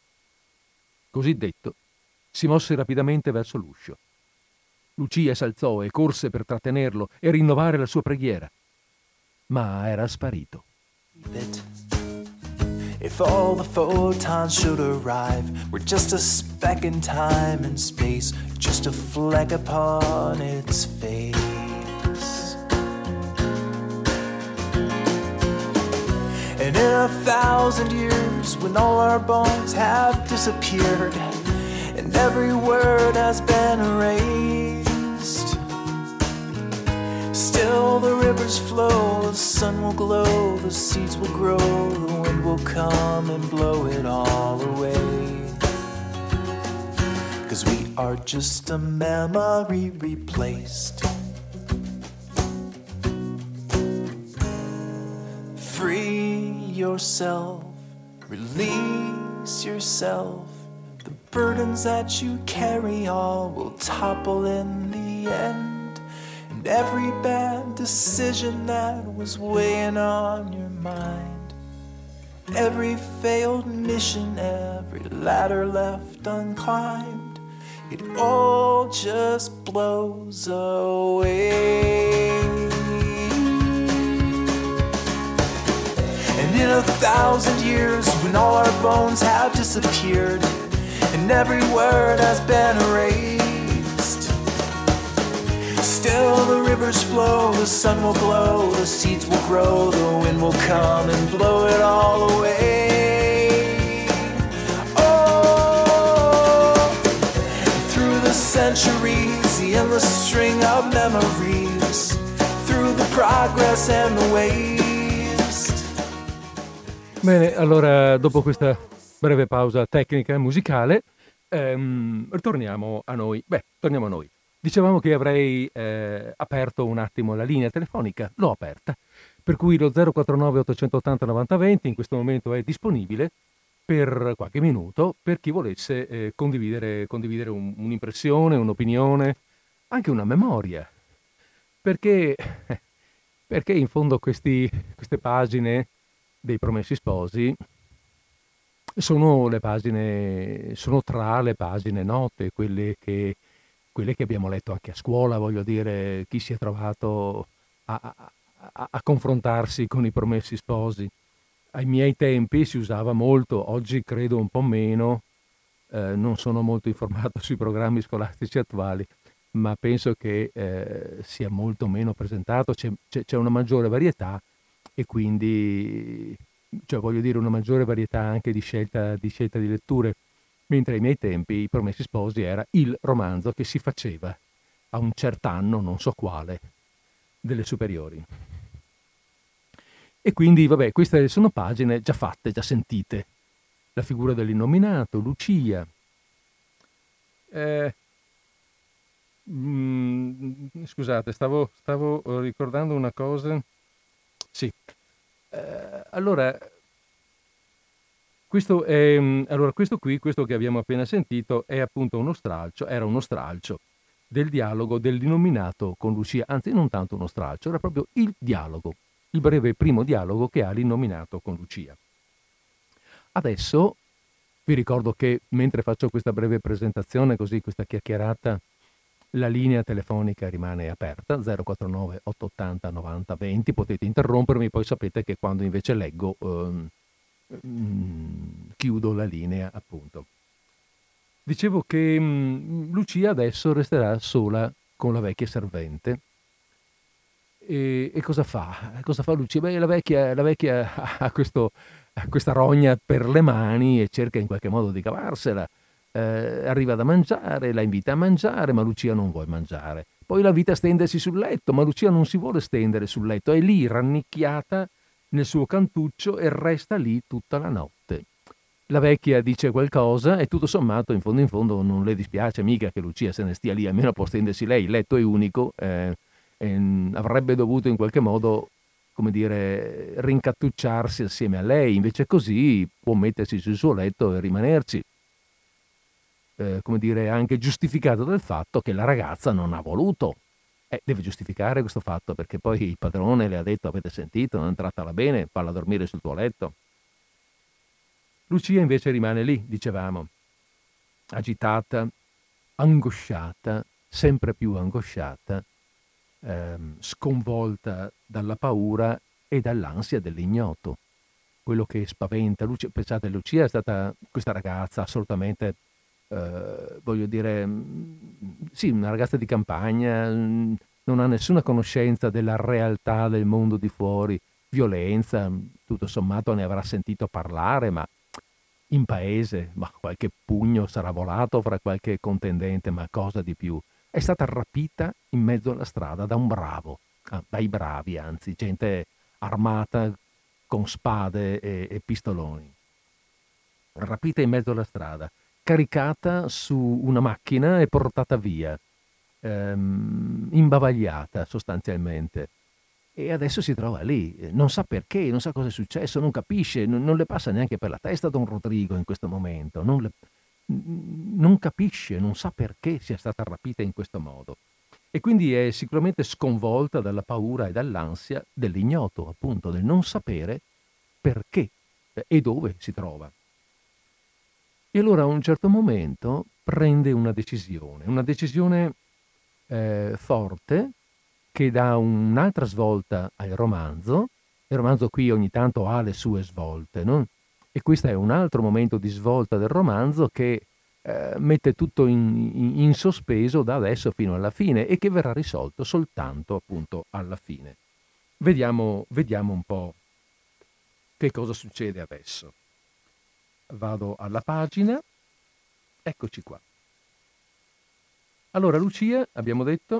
Speaker 1: Così detto, si mosse rapidamente verso l'uscio. Lucia s'alzò e corse per trattenerlo e rinnovare la sua preghiera, ma era sparito.
Speaker 2: If all the photons should arrive, we're just a speck in time and space, just a fleck upon its face. And in 1,000 years, when all our bones have disappeared and every word has been erased, still the rivers flow, the sun will glow, the seeds will grow, the wind will come and blow it all away. 'Cause we are just a memory replaced. Free yourself, release yourself. The burdens that you carry all will topple in the end. And every bad decision that was weighing on your mind, every failed mission, every ladder left unclimbed, it all just blows away. And in 1,000 years, when all our bones have disappeared and every word has been erased, still the rivers flow, the sun will glow, the seeds will grow, the wind will come and blow it all away. Oh, through the centuries, the endless string of memories, through the progress and the waste.
Speaker 1: Bene, allora dopo questa breve pausa tecnica musicale. Torniamo a noi. Torniamo a noi. Dicevamo che avrei aperto un attimo la linea telefonica, l'ho aperta, per cui lo 049 880 9020 in questo momento è disponibile per qualche minuto per chi volesse condividere un'impressione, un'opinione, anche una memoria, perché in fondo queste pagine dei Promessi Sposi sono tra le pagine note, quelle che abbiamo letto anche a scuola, voglio dire, chi si è trovato a confrontarsi con i Promessi Sposi. Ai miei tempi si usava molto, oggi credo un po' meno, non sono molto informato sui programmi scolastici attuali, ma penso che sia molto meno presentato, c'è una maggiore varietà e quindi, cioè voglio dire, una maggiore varietà anche di scelta di letture, mentre ai miei tempi i Promessi Sposi era il romanzo che si faceva a un certo anno, non so quale, delle superiori. E quindi, vabbè, queste sono pagine già fatte, già sentite. La figura dell'innominato, Lucia. Scusate, stavo ricordando una cosa. Sì. Allora, questo che abbiamo appena sentito è appunto era uno stralcio del dialogo dell'innominato con Lucia, anzi non tanto uno stralcio, era proprio il dialogo, il breve primo dialogo che ha l'innominato con Lucia. Adesso vi ricordo che mentre faccio questa breve presentazione, così questa chiacchierata, la linea telefonica rimane aperta, 049 880 90 20, potete interrompermi, poi sapete che quando invece leggo chiudo la linea, appunto. Dicevo che Lucia adesso resterà sola con la vecchia servente. E cosa fa? Cosa fa Lucia? Beh, la vecchia ha questa rogna per le mani e cerca in qualche modo di cavarsela. Arriva da mangiare, la invita a mangiare, ma Lucia non vuole mangiare. Poi la invita a stendersi sul letto, ma Lucia non si vuole stendere sul letto, è lì rannicchiata nel suo cantuccio e resta lì tutta la notte. La vecchia dice qualcosa e tutto sommato, in fondo, non le dispiace mica che Lucia se ne stia lì, almeno può stendersi lei, il letto è unico, avrebbe dovuto in qualche modo, come dire, rincattucciarsi assieme a lei, invece così può mettersi sul suo letto e rimanerci. Come dire, anche giustificato dal fatto che la ragazza non ha voluto. Deve giustificare questo fatto perché poi il padrone le ha detto: avete sentito, non trattala bene, falla dormire sul tuo letto. Lucia invece rimane lì, dicevamo, agitata, angosciata, sempre più angosciata, sconvolta dalla paura e dall'ansia dell'ignoto. Quello che spaventa Lucia, pensate, Lucia è stata questa ragazza assolutamente voglio dire, sì, una ragazza di campagna, non ha nessuna conoscenza della realtà del mondo di fuori, violenza, tutto sommato ne avrà sentito parlare, ma in paese, ma qualche pugno sarà volato fra qualche contendente, ma cosa di più. È stata rapita in mezzo alla strada da un bravo, dai bravi anzi, gente armata con spade e pistoloni. Rapita in mezzo alla strada, caricata su una macchina e portata via, imbavagliata sostanzialmente. E adesso si trova lì, non sa perché, non sa cosa è successo, non capisce, non le passa neanche per la testa Don Rodrigo in questo momento, non capisce, non sa perché sia stata rapita in questo modo. E quindi è sicuramente sconvolta dalla paura e dall'ansia dell'ignoto, appunto, del non sapere perché e dove si trova. E allora a un certo momento prende una decisione forte, che dà un'altra svolta al romanzo. Il romanzo qui ogni tanto ha le sue svolte, no? E questo è un altro momento di svolta del romanzo che mette tutto in sospeso da adesso fino alla fine e che verrà risolto soltanto appunto alla fine. Vediamo un po' che cosa succede adesso. Vado alla pagina, eccoci qua. Allora Lucia, abbiamo detto,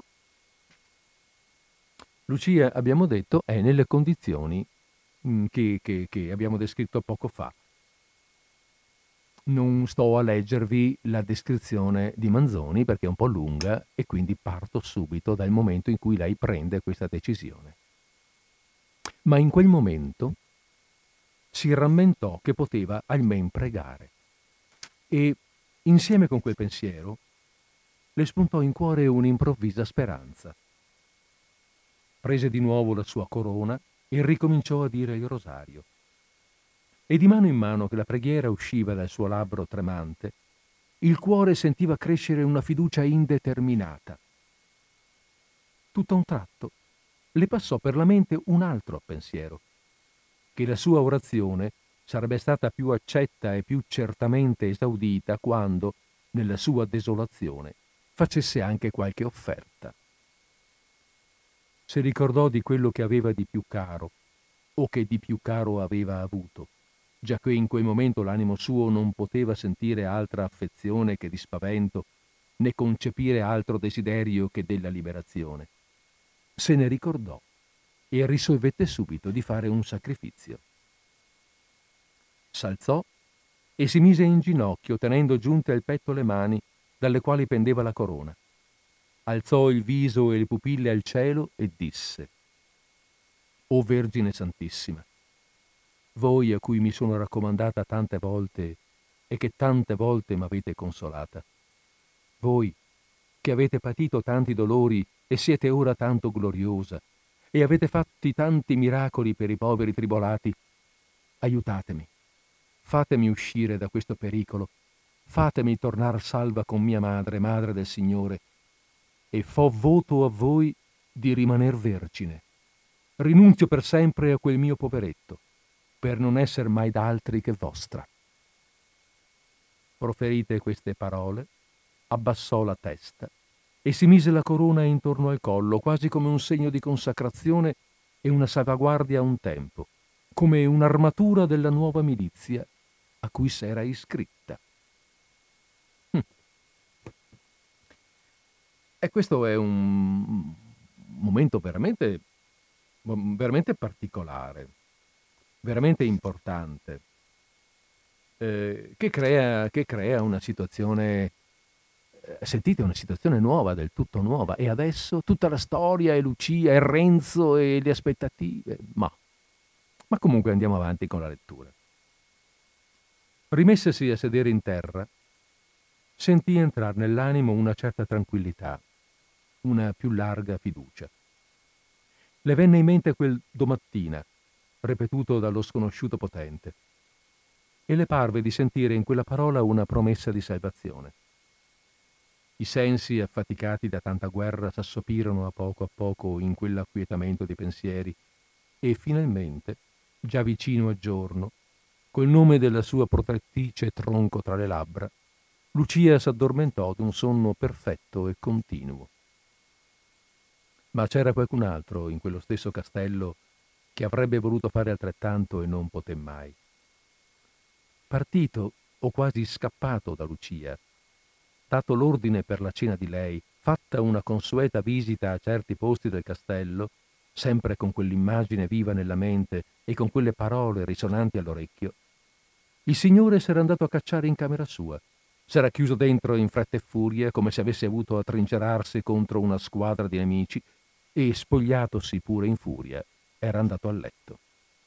Speaker 1: è nelle condizioni che abbiamo descritto poco fa. Non sto a leggervi la descrizione di Manzoni perché è un po' lunga e quindi parto subito dal momento in cui lei prende questa decisione. Ma in quel momento si rammentò che poteva almen pregare e, insieme con quel pensiero, le spuntò in cuore un'improvvisa speranza. Prese di nuovo la sua corona e ricominciò a dire il rosario. E di mano in mano che la preghiera usciva dal suo labbro tremante, il cuore sentiva crescere una fiducia indeterminata. Tutto a un tratto le passò per la mente un altro pensiero, che la sua orazione sarebbe stata più accetta e più certamente esaudita quando, nella sua desolazione, facesse anche qualche offerta. Si ricordò di quello che aveva di più caro, o che di più caro aveva avuto, giacché in quel momento l'animo suo non poteva sentire altra affezione che di spavento, né concepire altro desiderio che della liberazione. Se ne ricordò e risolvette subito di fare un sacrificio. S'alzò e si mise in ginocchio, tenendo giunte al petto le mani dalle quali pendeva la corona. Alzò il viso e le pupille al cielo e disse: «O Vergine Santissima, voi a cui mi sono raccomandata tante volte e che tante volte m'avete consolata, voi che avete patito tanti dolori e siete ora tanto gloriosa e avete fatti tanti miracoli per i poveri tribolati, aiutatemi, fatemi uscire da questo pericolo, fatemi tornar salva con mia madre, madre del Signore, e fo voto a voi di rimaner vergine. Rinunzio per sempre a quel mio poveretto, per non esser mai d'altri che vostra». Proferite queste parole, abbassò la testa e si mise la corona intorno al collo, quasi come un segno di consacrazione e una salvaguardia a un tempo, come un'armatura della nuova milizia a cui s'era iscritta. E questo è un momento veramente particolare, veramente importante, che crea una situazione, sentite, una situazione nuova, del tutto nuova. E adesso tutta la storia e Lucia e Renzo e le aspettative, ma comunque andiamo avanti con la lettura. Rimessesi a sedere in terra, sentì entrar nell'animo una certa tranquillità, una più larga fiducia. Le venne in mente quel domattina, ripetuto dallo sconosciuto potente, e le parve di sentire in quella parola una promessa di salvazione. I sensi, affaticati da tanta guerra, s'assopirono a poco in quell'acquietamento di pensieri e finalmente, già vicino a giorno, col nome della sua protettrice tronco tra le labbra, Lucia s'addormentò d'un sonno perfetto e continuo. Ma c'era qualcun altro in quello stesso castello che avrebbe voluto fare altrettanto e non poté mai. Partito o quasi scappato da Lucia, dato l'ordine per la cena di lei, fatta una consueta visita a certi posti del castello, sempre con quell'immagine viva nella mente e con quelle parole risonanti all'orecchio, il signore s'era andato a cacciare in camera sua, s'era chiuso dentro in fretta e furia, come se avesse avuto a trincerarsi contro una squadra di nemici, e, spogliatosi pure in furia, era andato a letto.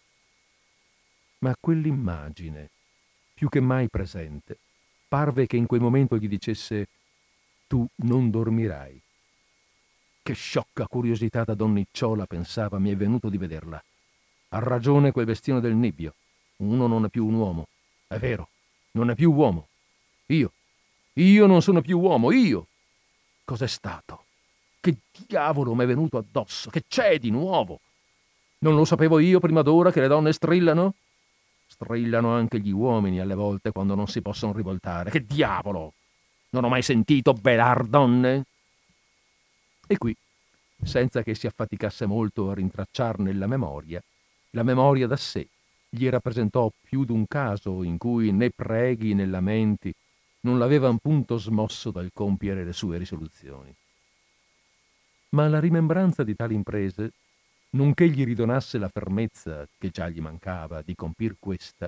Speaker 1: Ma quell'immagine, più che mai presente, parve che in quel momento gli dicesse: «Tu non dormirai». Che sciocca curiosità da donnicciola, pensava, mi è venuto di vederla. Ha ragione quel bestione del Nibbio. Uno non è più un uomo. È vero, non è più uomo. Io non sono più uomo, io! Cos'è stato? Che diavolo m'è venuto addosso? Che c'è di nuovo? Non lo sapevo io prima d'ora che le donne strillano? Strillano anche gli uomini alle volte quando non si possono rivoltare. Che diavolo! Non ho mai sentito belar donne? E qui, senza che si affaticasse molto a rintracciar nella memoria, la memoria da sé gli rappresentò più d'un caso in cui né preghi né lamenti non l'avevan punto smosso dal compiere le sue risoluzioni. Ma la rimembranza di tali imprese, nonché gli ridonasse la fermezza che già gli mancava di compir questa,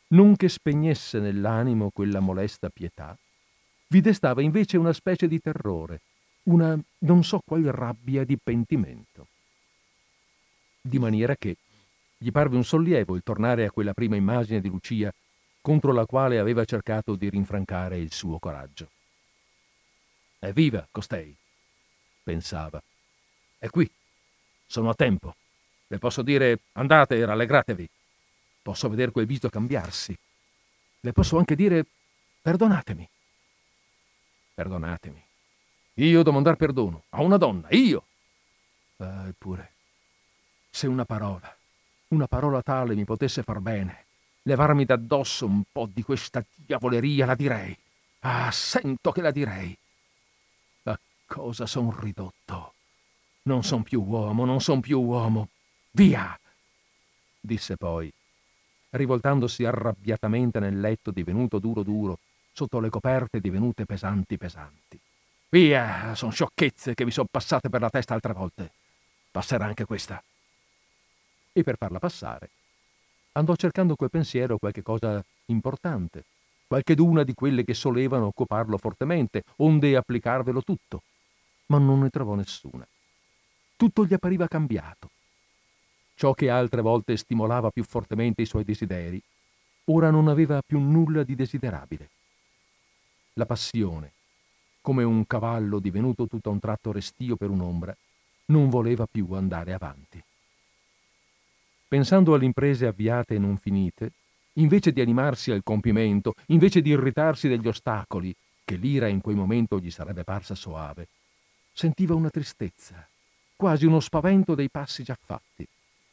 Speaker 1: non che spegnesse nell'animo quella molesta pietà, vi destava invece una specie di terrore, una non so qual rabbia di pentimento. Di maniera che gli parve un sollievo il tornare a quella prima immagine di Lucia contro la quale aveva cercato di rinfrancare il suo coraggio. È viva costei, pensava. È qui. Sono a tempo. Le posso dire andate e rallegratevi. Posso vedere quel viso cambiarsi. Le posso anche dire perdonatemi. Perdonatemi. Io domandar perdono a una donna, io. Eppure, se una parola tale mi potesse far bene, levarmi d'addosso un po' di questa diavoleria, la direi. Ah, sento che la direi. A cosa son ridotto? Non son più uomo, non son più uomo. Via! Disse poi, rivoltandosi arrabbiatamente nel letto divenuto duro duro, sotto le coperte divenute pesanti pesanti. Via, son sciocchezze che mi son passate per la testa altre volte. Passerà anche questa. E per farla passare, andò cercando quel pensiero qualche cosa importante, qualcheduna di quelle che solevano occuparlo fortemente, onde applicarvelo tutto, ma non ne trovò nessuna. Tutto gli appariva cambiato. Ciò che altre volte stimolava più fortemente i suoi desideri, ora non aveva più nulla di desiderabile. La passione, come un cavallo divenuto tutto a un tratto restio per un'ombra, non voleva più andare avanti. Pensando alle imprese avviate e non finite, invece di animarsi al compimento, invece di irritarsi degli ostacoli, che l'ira in quel momento gli sarebbe parsa soave, sentiva una tristezza, quasi uno spavento dei passi già fatti.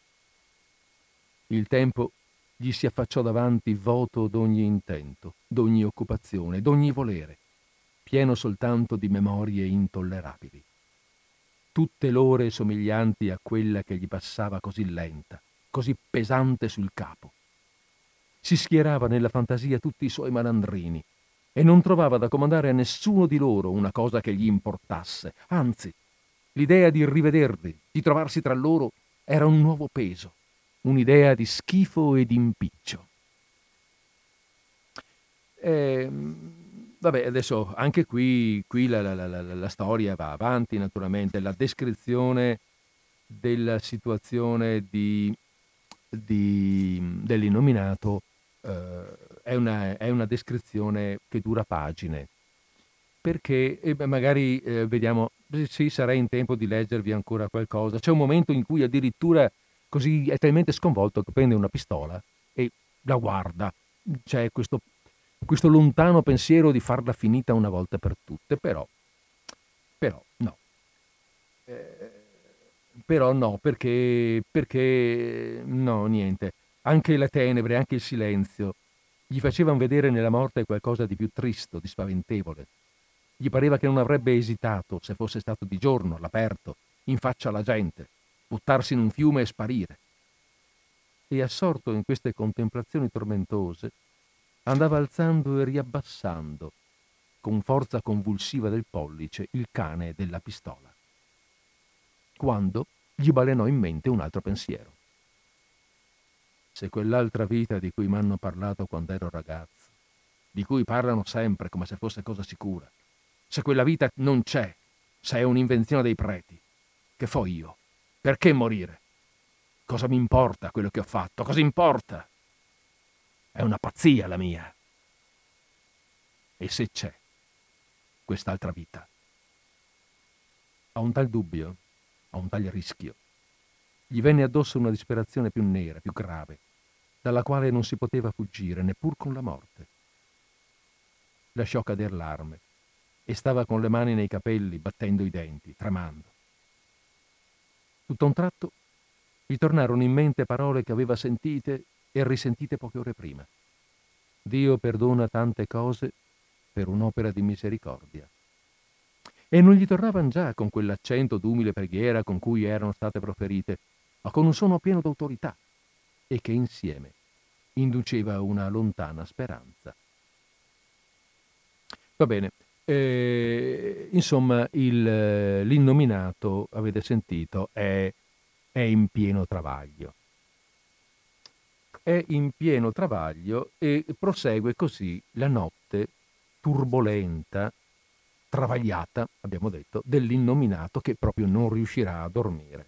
Speaker 1: Il tempo gli si affacciò davanti vuoto d'ogni intento, d'ogni occupazione, d'ogni volere, pieno soltanto di memorie intollerabili. Tutte l'ore somiglianti a quella che gli passava così lenta, così pesante sul capo. Si schierava nella fantasia tutti i suoi malandrini e non trovava da comandare a nessuno di loro una cosa che gli importasse. Anzi, l'idea di rivederli, di trovarsi tra loro, era un nuovo peso, un'idea di schifo e di impiccio. Vabbè, adesso anche qui la storia va avanti, naturalmente. La descrizione della situazione dell'innominato è una descrizione che dura pagine, perché magari vediamo, sì, sarei in tempo di leggervi ancora qualcosa. C'è un momento in cui addirittura così è talmente sconvolto che prende una pistola e la guarda. C'è questo lontano pensiero di farla finita una volta per tutte, però no. Però no, perché no, niente. Anche le tenebre, anche il silenzio gli facevano vedere nella morte qualcosa di più tristo, di spaventevole. Gli pareva che non avrebbe esitato, se fosse stato di giorno, all'aperto, in faccia alla gente, buttarsi in un fiume e sparire. E assorto in queste contemplazioni tormentose, andava alzando e riabbassando, con forza convulsiva del pollice, il cane della pistola. Quando gli balenò in mente un altro pensiero. Se quell'altra vita di cui m'hanno parlato quando ero ragazzo, di cui parlano sempre come se fosse cosa sicura, se quella vita non c'è, se è un'invenzione dei preti, che fo io? Perché morire? Cosa mi importa quello che ho fatto? Cosa importa? È una pazzia la mia. E se c'è quest'altra vita? A un tal dubbio, a un tal rischio, gli venne addosso una disperazione più nera, più grave, dalla quale non si poteva fuggire neppur con la morte. Lasciò cader l'arme e stava con le mani nei capelli, battendo i denti, tremando. Tutto a un tratto gli tornarono in mente parole che aveva sentite e risentite poche ore prima. Dio perdona tante cose per un'opera di misericordia. E non gli tornavan già con quell'accento d'umile preghiera con cui erano state proferite, ma con un suono pieno d'autorità e che insieme induceva una lontana speranza. Va bene, insomma l'innominato, avete sentito, è in pieno travaglio. è in pieno travaglio e prosegue così la notte turbolenta, travagliata, abbiamo detto, dell'innominato che proprio non riuscirà a dormire.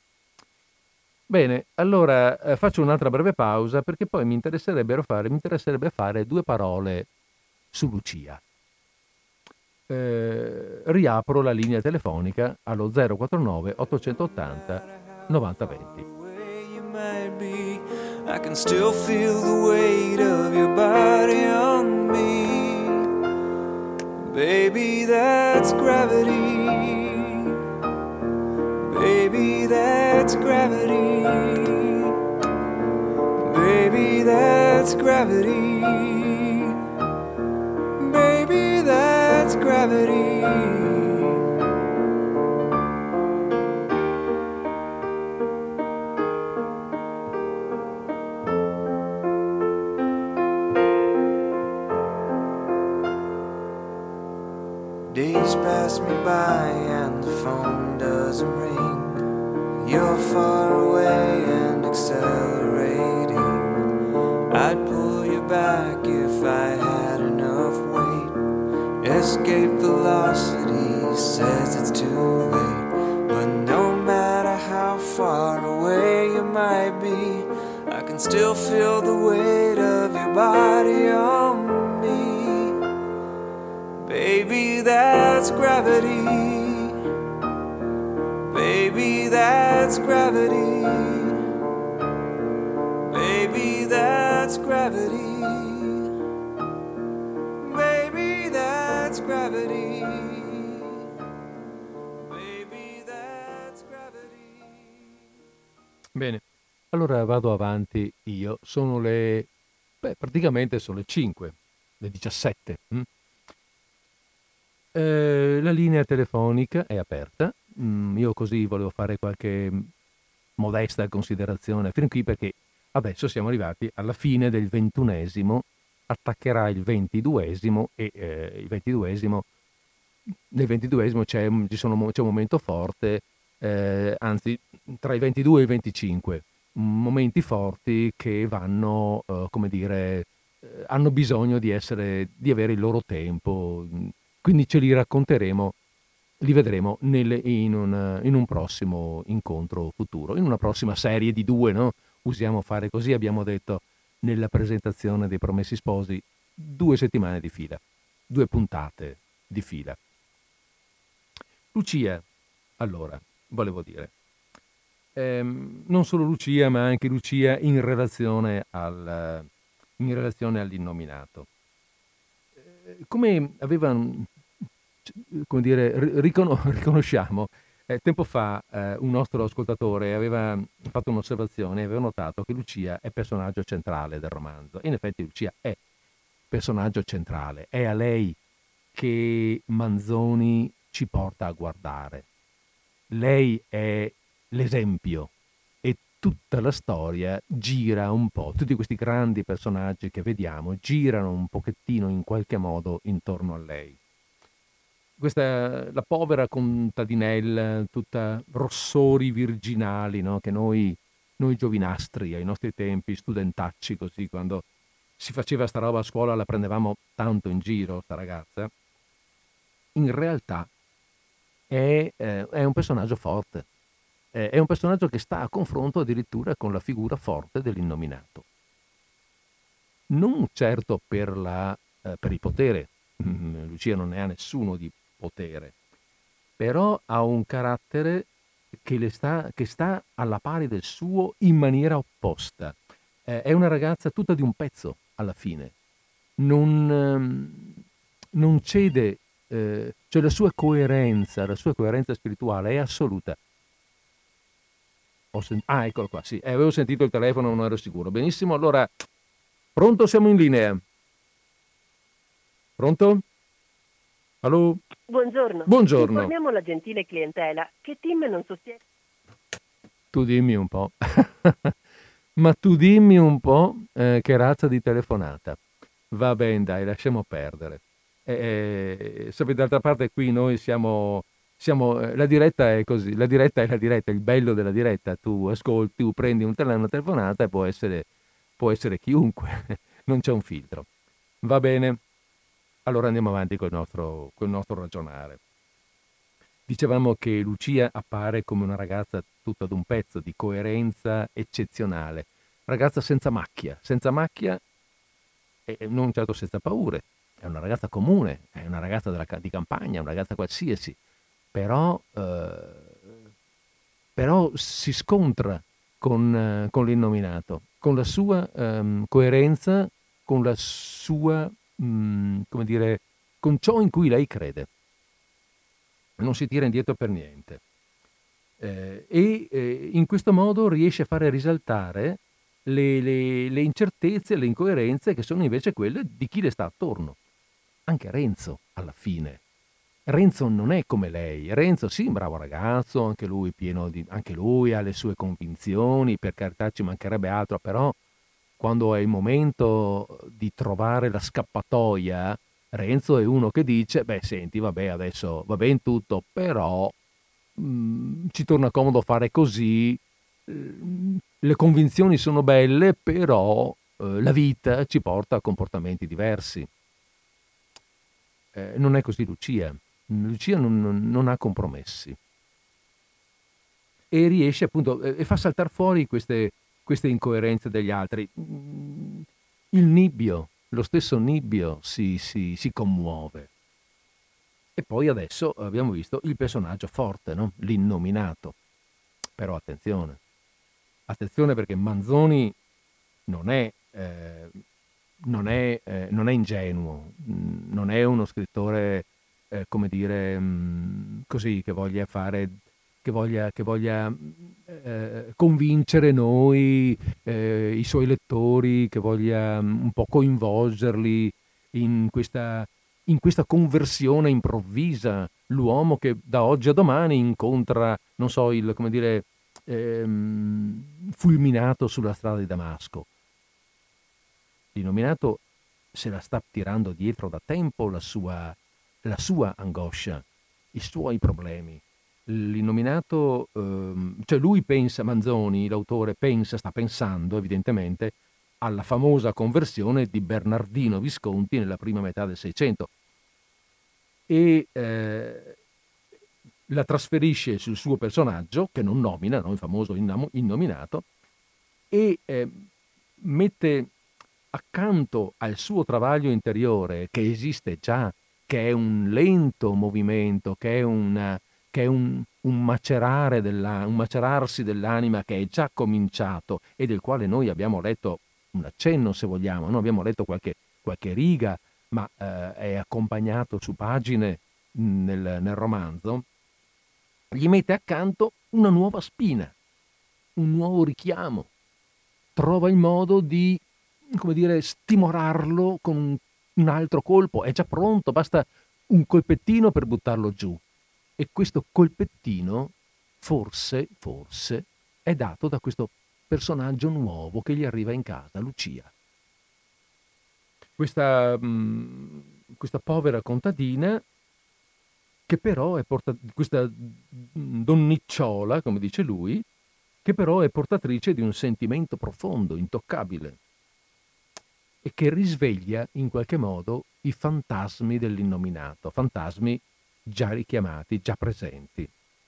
Speaker 1: Bene, allora faccio un'altra breve pausa perché poi mi interesserebbe fare due parole su Lucia. Riapro la linea telefonica allo 049 880 9020.
Speaker 2: I can still feel the weight of your body on me. Baby, that's gravity. Baby, that's gravity. Baby, that's gravity. Baby, that's gravity. Days pass me by and the phone doesn't ring. You're far away and accelerating. I'd pull you back if I had enough weight. Escape velocity says it's too late. But no matter how far away you might be, I can still feel the weight of your body on me. Baby, that's gravity. Baby, that's gravity. Baby, that's gravity. Baby, that's gravity. Baby, that's gravity.
Speaker 1: Bene, allora vado avanti io. Sono praticamente sono le 5, le 17. La linea telefonica è aperta. Io così volevo fare qualche modesta considerazione fin qui perché adesso siamo arrivati alla fine del 21esimo, attaccherà il 22esimo e il 22esimo, nel 22esimo c'è un momento forte, anzi tra i 22 e i 25, momenti forti che vanno, come dire, hanno bisogno di avere il loro tempo. Quindi ce li racconteremo, li vedremo in un prossimo incontro futuro, in una prossima serie di 2, no? Usiamo fare così, abbiamo detto nella presentazione dei Promessi Sposi, 2 settimane di fila, 2 puntate di fila. Lucia, allora, volevo dire, non solo Lucia, ma anche Lucia in relazione all'innominato. Come riconosciamo, tempo fa un nostro ascoltatore aveva fatto un'osservazione e aveva notato che Lucia è personaggio centrale del romanzo. In effetti Lucia è personaggio centrale, è a lei che Manzoni ci porta a guardare. Lei è l'esempio e tutta la storia gira un po', tutti questi grandi personaggi che vediamo girano un pochettino in qualche modo intorno a lei. La povera contadinella, tutta rossori virginali, no? Che noi giovinastri, ai nostri tempi, studentacci così, quando si faceva sta roba a scuola la prendevamo tanto in giro, sta ragazza, in realtà è un personaggio forte, è un personaggio che sta a confronto addirittura con la figura forte dell'innominato. Non certo per il potere, Lucia non ne ha nessuno di potere, però ha un carattere che sta alla pari del suo in maniera opposta. È una ragazza tutta di un pezzo alla fine, non cede, cioè la sua coerenza spirituale è assoluta. Eccolo qua, sì, avevo sentito il telefono, non ero sicuro. Benissimo, allora, pronto, siamo in linea. Pronto? Allo?
Speaker 4: Buongiorno.
Speaker 1: Buongiorno.
Speaker 4: Informiamo la gentile clientela che Tim non sostiene...
Speaker 1: Tu dimmi un po'. Ma tu dimmi un po' che razza di telefonata. Va bene, dai, lasciamo perdere. Sapete, d'altra parte qui noi siamo la diretta è così, la diretta è la diretta, il bello della diretta, tu ascolti, tu prendi una telefonata e può essere può essere chiunque, non c'è un filtro. Va bene, allora andiamo avanti col nostro ragionare. Dicevamo che Lucia appare come una ragazza tutta d'un pezzo, di coerenza eccezionale, ragazza senza macchia e non certo senza paure, è una ragazza comune, è una ragazza di campagna, una ragazza qualsiasi, però si scontra con l'innominato, con la sua coerenza, con la sua, come dire, con ciò in cui lei crede. Non si tira indietro per niente. In questo modo riesce a fare risaltare le incertezze, le incoerenze che sono invece quelle di chi le sta attorno. Anche Renzo, alla fine. Renzo non è come lei. Renzo, sì, un bravo ragazzo, anche lui anche lui ha le sue convinzioni, per carità ci mancherebbe altro, però quando è il momento di trovare la scappatoia, Renzo è uno che dice, beh senti, vabbè, adesso va ben tutto, però ci torna comodo fare così, le convinzioni sono belle, però la vita ci porta a comportamenti diversi. Non è così Lucia. Lucia non ha compromessi. E riesce appunto, e fa saltare fuori queste incoerenze degli altri. Il Nibbio, lo stesso Nibbio si commuove. E poi adesso abbiamo visto il personaggio forte, no? L'innominato. Però attenzione perché Manzoni non è ingenuo, non è uno scrittore, come dire, così, che voglia convincere noi, i suoi lettori, che voglia un po' coinvolgerli in questa conversione improvvisa, l'uomo che da oggi a domani incontra, non so, fulminato sulla strada di Damasco. L'innominato se la sta tirando dietro da tempo la sua angoscia, i suoi problemi. L'innominato, cioè lui pensa, Manzoni, l'autore, sta pensando evidentemente alla famosa conversione di Bernardino Visconti nella prima metà del Seicento e la trasferisce sul suo personaggio, che non nomina, no? Il famoso innominato, e mette accanto al suo travaglio interiore, che esiste già, che è un lento movimento, che è un macerarsi dell'anima che è già cominciato e del quale noi abbiamo letto un accenno, se vogliamo, no? Abbiamo letto qualche riga, ma è accompagnato su pagine nel romanzo. Gli mette accanto una nuova spina, un nuovo richiamo, trova il modo di, come dire, stimolarlo con un altro colpo, è già pronto, basta un colpettino per buttarlo giù. E questo colpettino forse è dato da questo personaggio nuovo che gli arriva in casa, Lucia. Questa povera contadina, che però è questa donnicciola, come dice lui, che però è portatrice di un sentimento profondo, intoccabile, e che risveglia in qualche modo i fantasmi dell'innominato, fantasmi già richiamati, già presenti.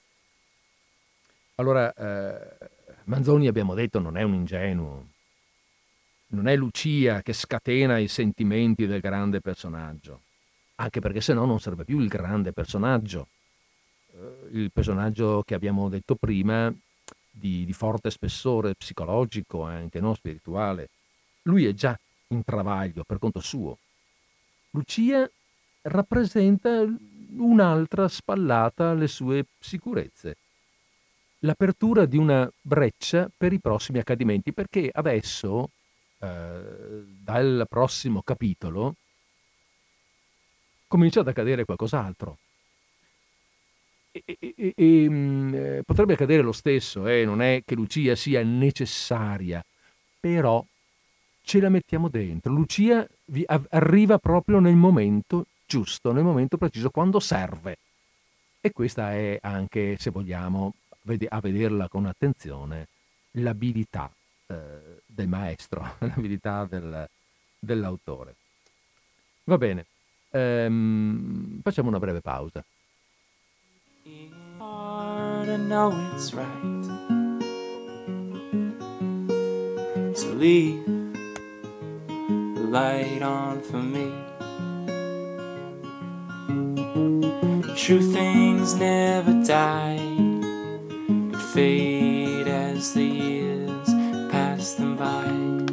Speaker 1: Allora, Manzoni, abbiamo detto, non è un ingenuo, non è Lucia che scatena i sentimenti del grande personaggio, anche perché sennò non sarebbe più il grande personaggio, il personaggio che abbiamo detto prima, di forte spessore psicologico, anche no, spirituale. Lui è già in travaglio per conto suo. Lucia rappresenta un'altra spallata alle sue sicurezze, l'apertura di una breccia per i prossimi accadimenti, perché adesso, dal prossimo capitolo, comincia ad accadere qualcos'altro. Potrebbe accadere lo stesso, non è che Lucia sia necessaria, però ce la mettiamo dentro. Lucia arriva proprio nel momento giusto, nel momento preciso, quando serve. E questa è anche, se vogliamo, a vederla con attenzione, l'abilità del maestro, l'abilità dell'autore. Va bene, facciamo una breve pausa.
Speaker 5: Hard to know it's right to leave the light on for me. True things never die, but fade as the years pass them by.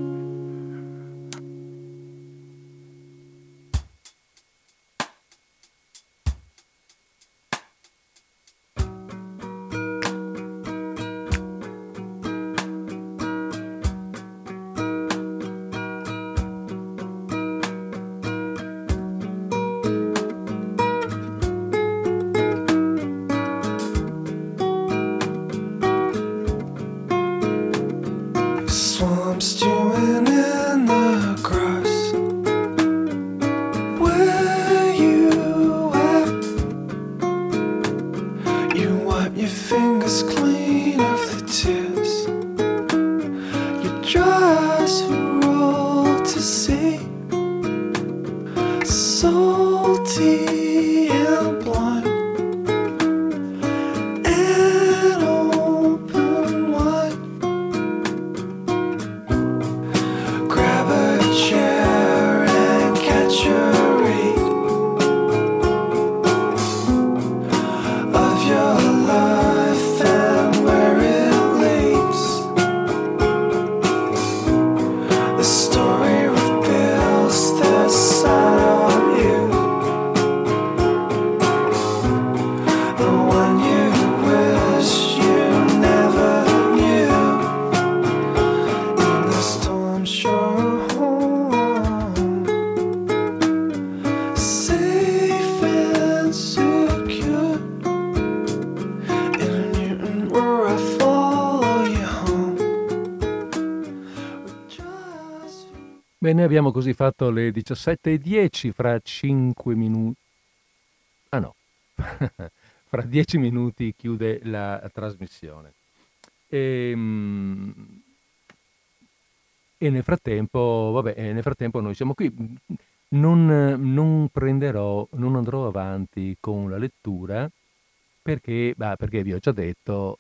Speaker 1: Bene, abbiamo così fatto le 17:10, fra 5 minuti. Ah no, fra 10 minuti chiude la trasmissione. E nel frattempo, nel frattempo noi siamo qui. Non andrò avanti con la lettura perché vi ho già detto,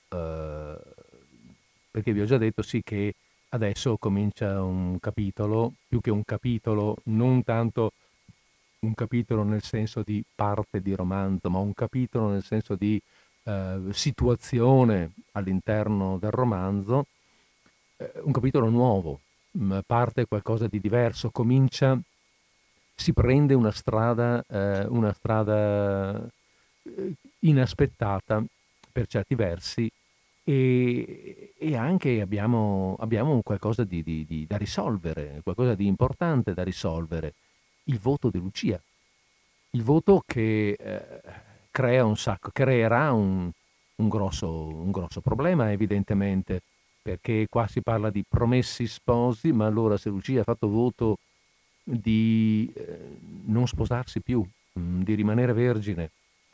Speaker 1: sì, che adesso comincia un capitolo, più che un capitolo, non tanto un capitolo nel senso di parte di romanzo, ma un capitolo nel senso di situazione all'interno del romanzo, un capitolo nuovo, parte qualcosa di diverso, si prende una strada inaspettata per certi versi, e anche abbiamo qualcosa da risolvere, qualcosa di importante da risolvere, il voto di Lucia, il voto che creerà un grosso problema, evidentemente, perché qua si parla di promessi sposi, ma allora se Lucia ha fatto voto di non sposarsi più, di rimanere vergine,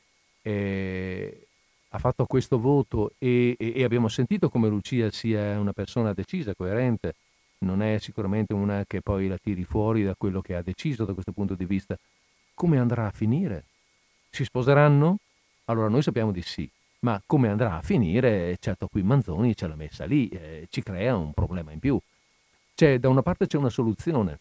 Speaker 1: ha fatto questo voto e abbiamo sentito come Lucia sia una persona decisa, coerente, non è sicuramente una che poi la tiri fuori da quello che ha deciso da questo punto di vista. Come andrà a finire? Si sposeranno? Allora noi sappiamo di sì, ma come andrà a finire? Certo, qui Manzoni ce l'ha messa lì, ci crea un problema in più. Da una parte c'è una soluzione.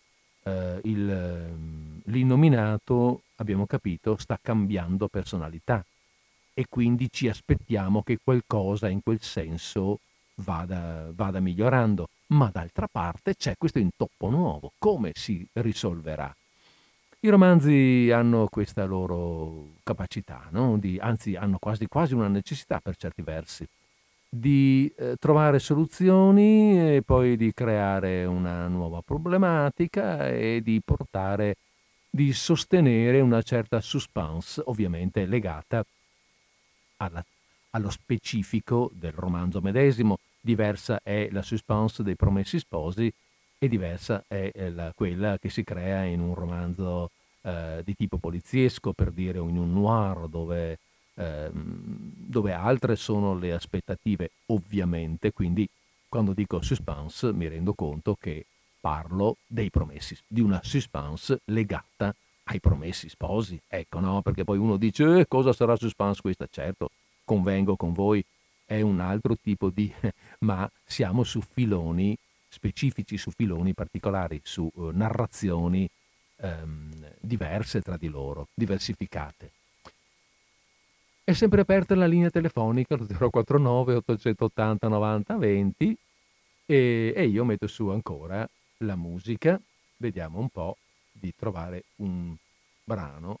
Speaker 1: L'innominato, abbiamo capito, sta cambiando personalità, e quindi ci aspettiamo che qualcosa in quel senso vada migliorando. Ma d'altra parte c'è questo intoppo nuovo. Come si risolverà? I romanzi hanno questa loro capacità, no? Anzi, hanno quasi una necessità per certi versi di trovare soluzioni e poi di creare una nuova problematica e di sostenere una certa suspense, ovviamente legata allo specifico del romanzo medesimo. Diversa è la suspense dei Promessi Sposi e diversa è quella che si crea in un romanzo di tipo poliziesco, per dire, o in un noir, dove altre sono le aspettative, ovviamente, quindi quando dico suspense mi rendo conto che parlo dei promessi, di una suspense legata ai promessi sposi. Ecco, no? Perché poi uno dice, cosa sarà suspense questa? Certo, convengo con voi, è un altro tipo di... ma siamo su filoni specifici, su filoni particolari, su narrazioni diverse tra di loro, diversificate. È sempre aperta la linea telefonica, lo 049 880 90 20 e io metto su ancora la musica, vediamo un po' di trovare un brano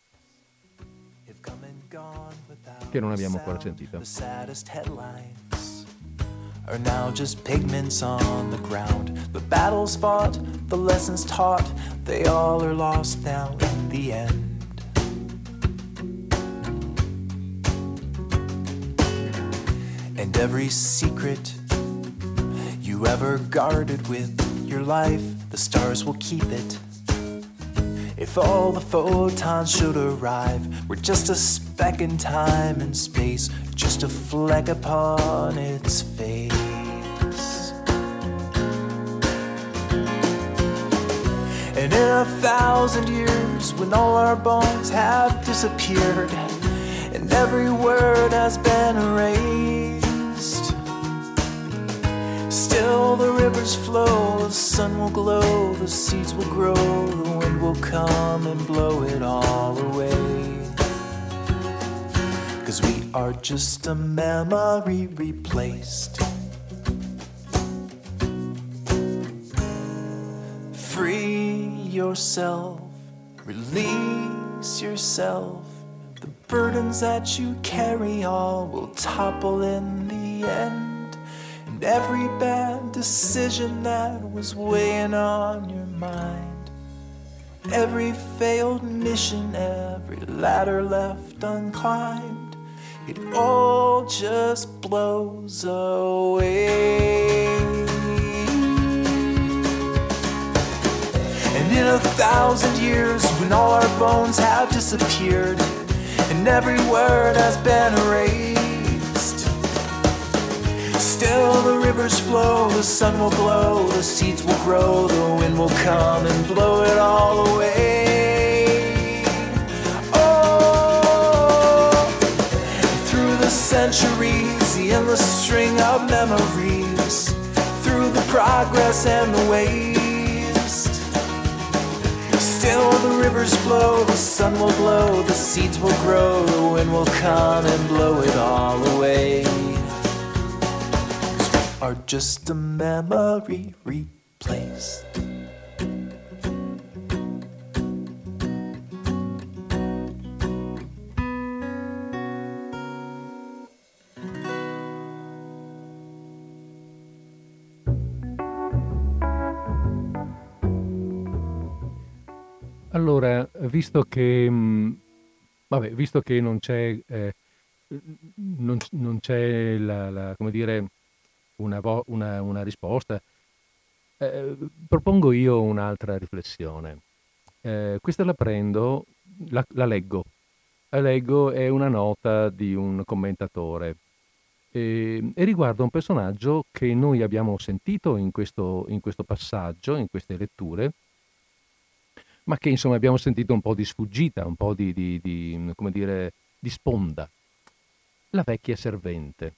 Speaker 1: che non abbiamo ancora sentito.
Speaker 6: Are now just pigments on the ground. The battles fought, the lessons taught, they all are lost now in the end. And every secret you ever guarded with your life, the stars will keep it. If all the photons should arrive, we're just a speck in time and space, just a fleck upon its face. And in 1,000 years, when all our bones have disappeared and every word has been erased, still the rivers flow, the sun will glow, the seeds will grow, the wind will come and blow it all away. 'Cause we are just a memory replaced. Free yourself, release yourself. The burdens that you carry all will topple in the end. And every bad decision that was weighing on your mind, every failed mission, every ladder left unclimbed, it all just blows away. And in 1,000 years, when all our bones have disappeared and every word has been erased, still the rivers flow, the sun will glow, the seeds will grow, the wind will come and blow it all away. Oh, through the centuries, the endless string of memories, through the progress and the waste, still the rivers flow, the sun will glow, the seeds will grow, the wind will come and blow it all away. Are just a memory replaced.
Speaker 1: Allora, visto che non c'è, non c'è come dire, una risposta, propongo io un'altra riflessione. Questa la prendo, la leggo. La leggo, è una nota di un commentatore e riguarda un personaggio che noi abbiamo sentito in questo passaggio, in queste letture, ma che insomma abbiamo sentito un po' di sfuggita, un po' come dire, di sponda. La vecchia servente.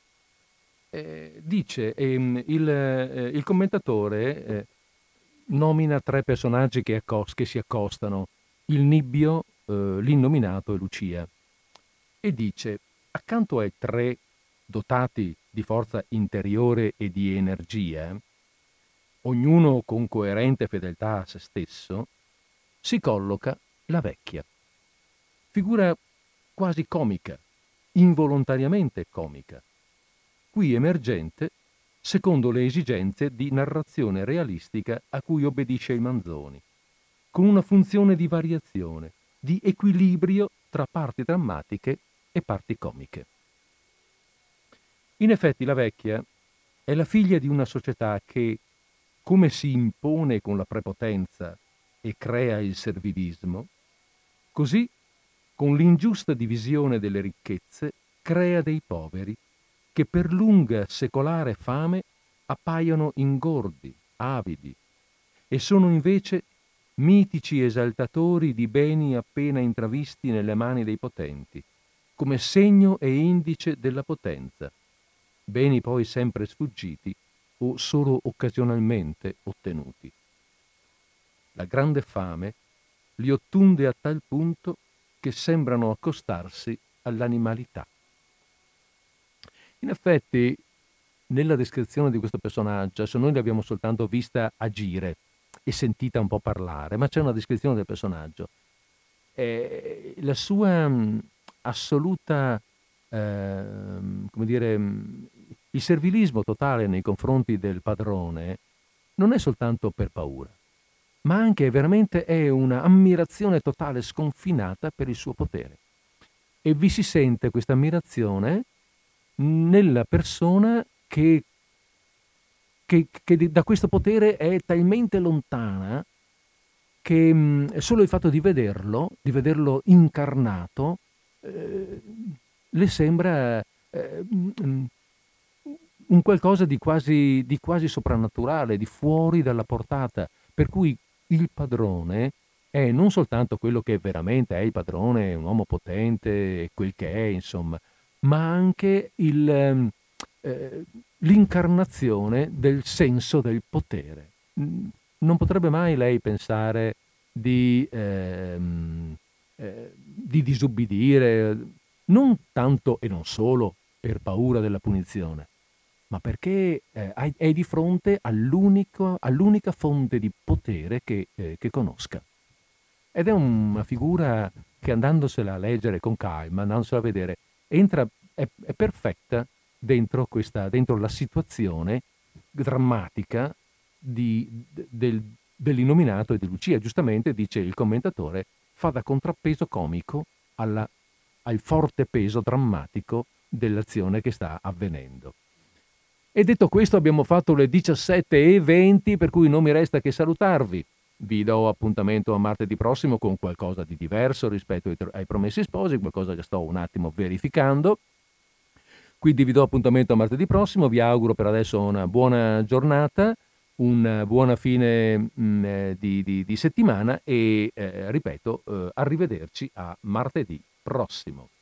Speaker 1: Dice, il commentatore nomina 3 personaggi che si accostano, il Nibbio, l'Innominato e Lucia, e dice, accanto ai 3 dotati di forza interiore e di energia, ognuno con coerente fedeltà a se stesso, si colloca la vecchia, figura quasi comica, involontariamente comica, qui emergente secondo le esigenze di narrazione realistica a cui obbedisce il Manzoni, con una funzione di variazione, di equilibrio tra parti drammatiche e parti comiche. In effetti la vecchia è la figlia di una società che, come si impone con la prepotenza e crea il servilismo, così, con l'ingiusta divisione delle ricchezze, crea dei poveri che per lunga secolare fame appaiono ingordi, avidi, e sono invece mitici esaltatori di beni appena intravisti nelle mani dei potenti, come segno e indice della potenza, beni poi sempre sfuggiti o solo occasionalmente ottenuti. La grande fame li ottunde a tal punto che sembrano accostarsi all'animalità. In effetti, nella descrizione di questo personaggio, se noi l'abbiamo soltanto vista agire e sentita un po' parlare, ma c'è una descrizione del personaggio. La sua assoluta, come dire, il servilismo totale nei confronti del padrone non è soltanto per paura, ma anche veramente è una ammirazione totale, sconfinata per il suo potere. E vi si sente questa ammirazione nella persona che da questo potere è talmente lontana che solo il fatto di vederlo incarnato, le sembra un qualcosa di quasi soprannaturale, di fuori dalla portata, per cui il padrone è non soltanto quello che veramente è il padrone, è un uomo potente, quel che è, insomma, ma anche l'incarnazione del senso del potere. Non potrebbe mai lei pensare di disubbidire, non tanto e non solo per paura della punizione, ma perché è di fronte all'unica fonte di potere che conosca. Ed è una figura che, andandosela a leggere con calma, andandosela a vedere, è perfetta dentro la situazione drammatica dell'innominato e di Lucia. Giustamente, dice il commentatore, fa da contrappeso comico al forte peso drammatico dell'azione che sta avvenendo. E detto questo, abbiamo fatto le 17:20, per cui non mi resta che salutarvi. Vi do appuntamento a martedì prossimo con qualcosa di diverso rispetto ai Promessi Sposi, qualcosa che sto un attimo verificando. Quindi vi do appuntamento a martedì prossimo, vi auguro per adesso una buona giornata, una buona fine di settimana e, ripeto, arrivederci a martedì prossimo.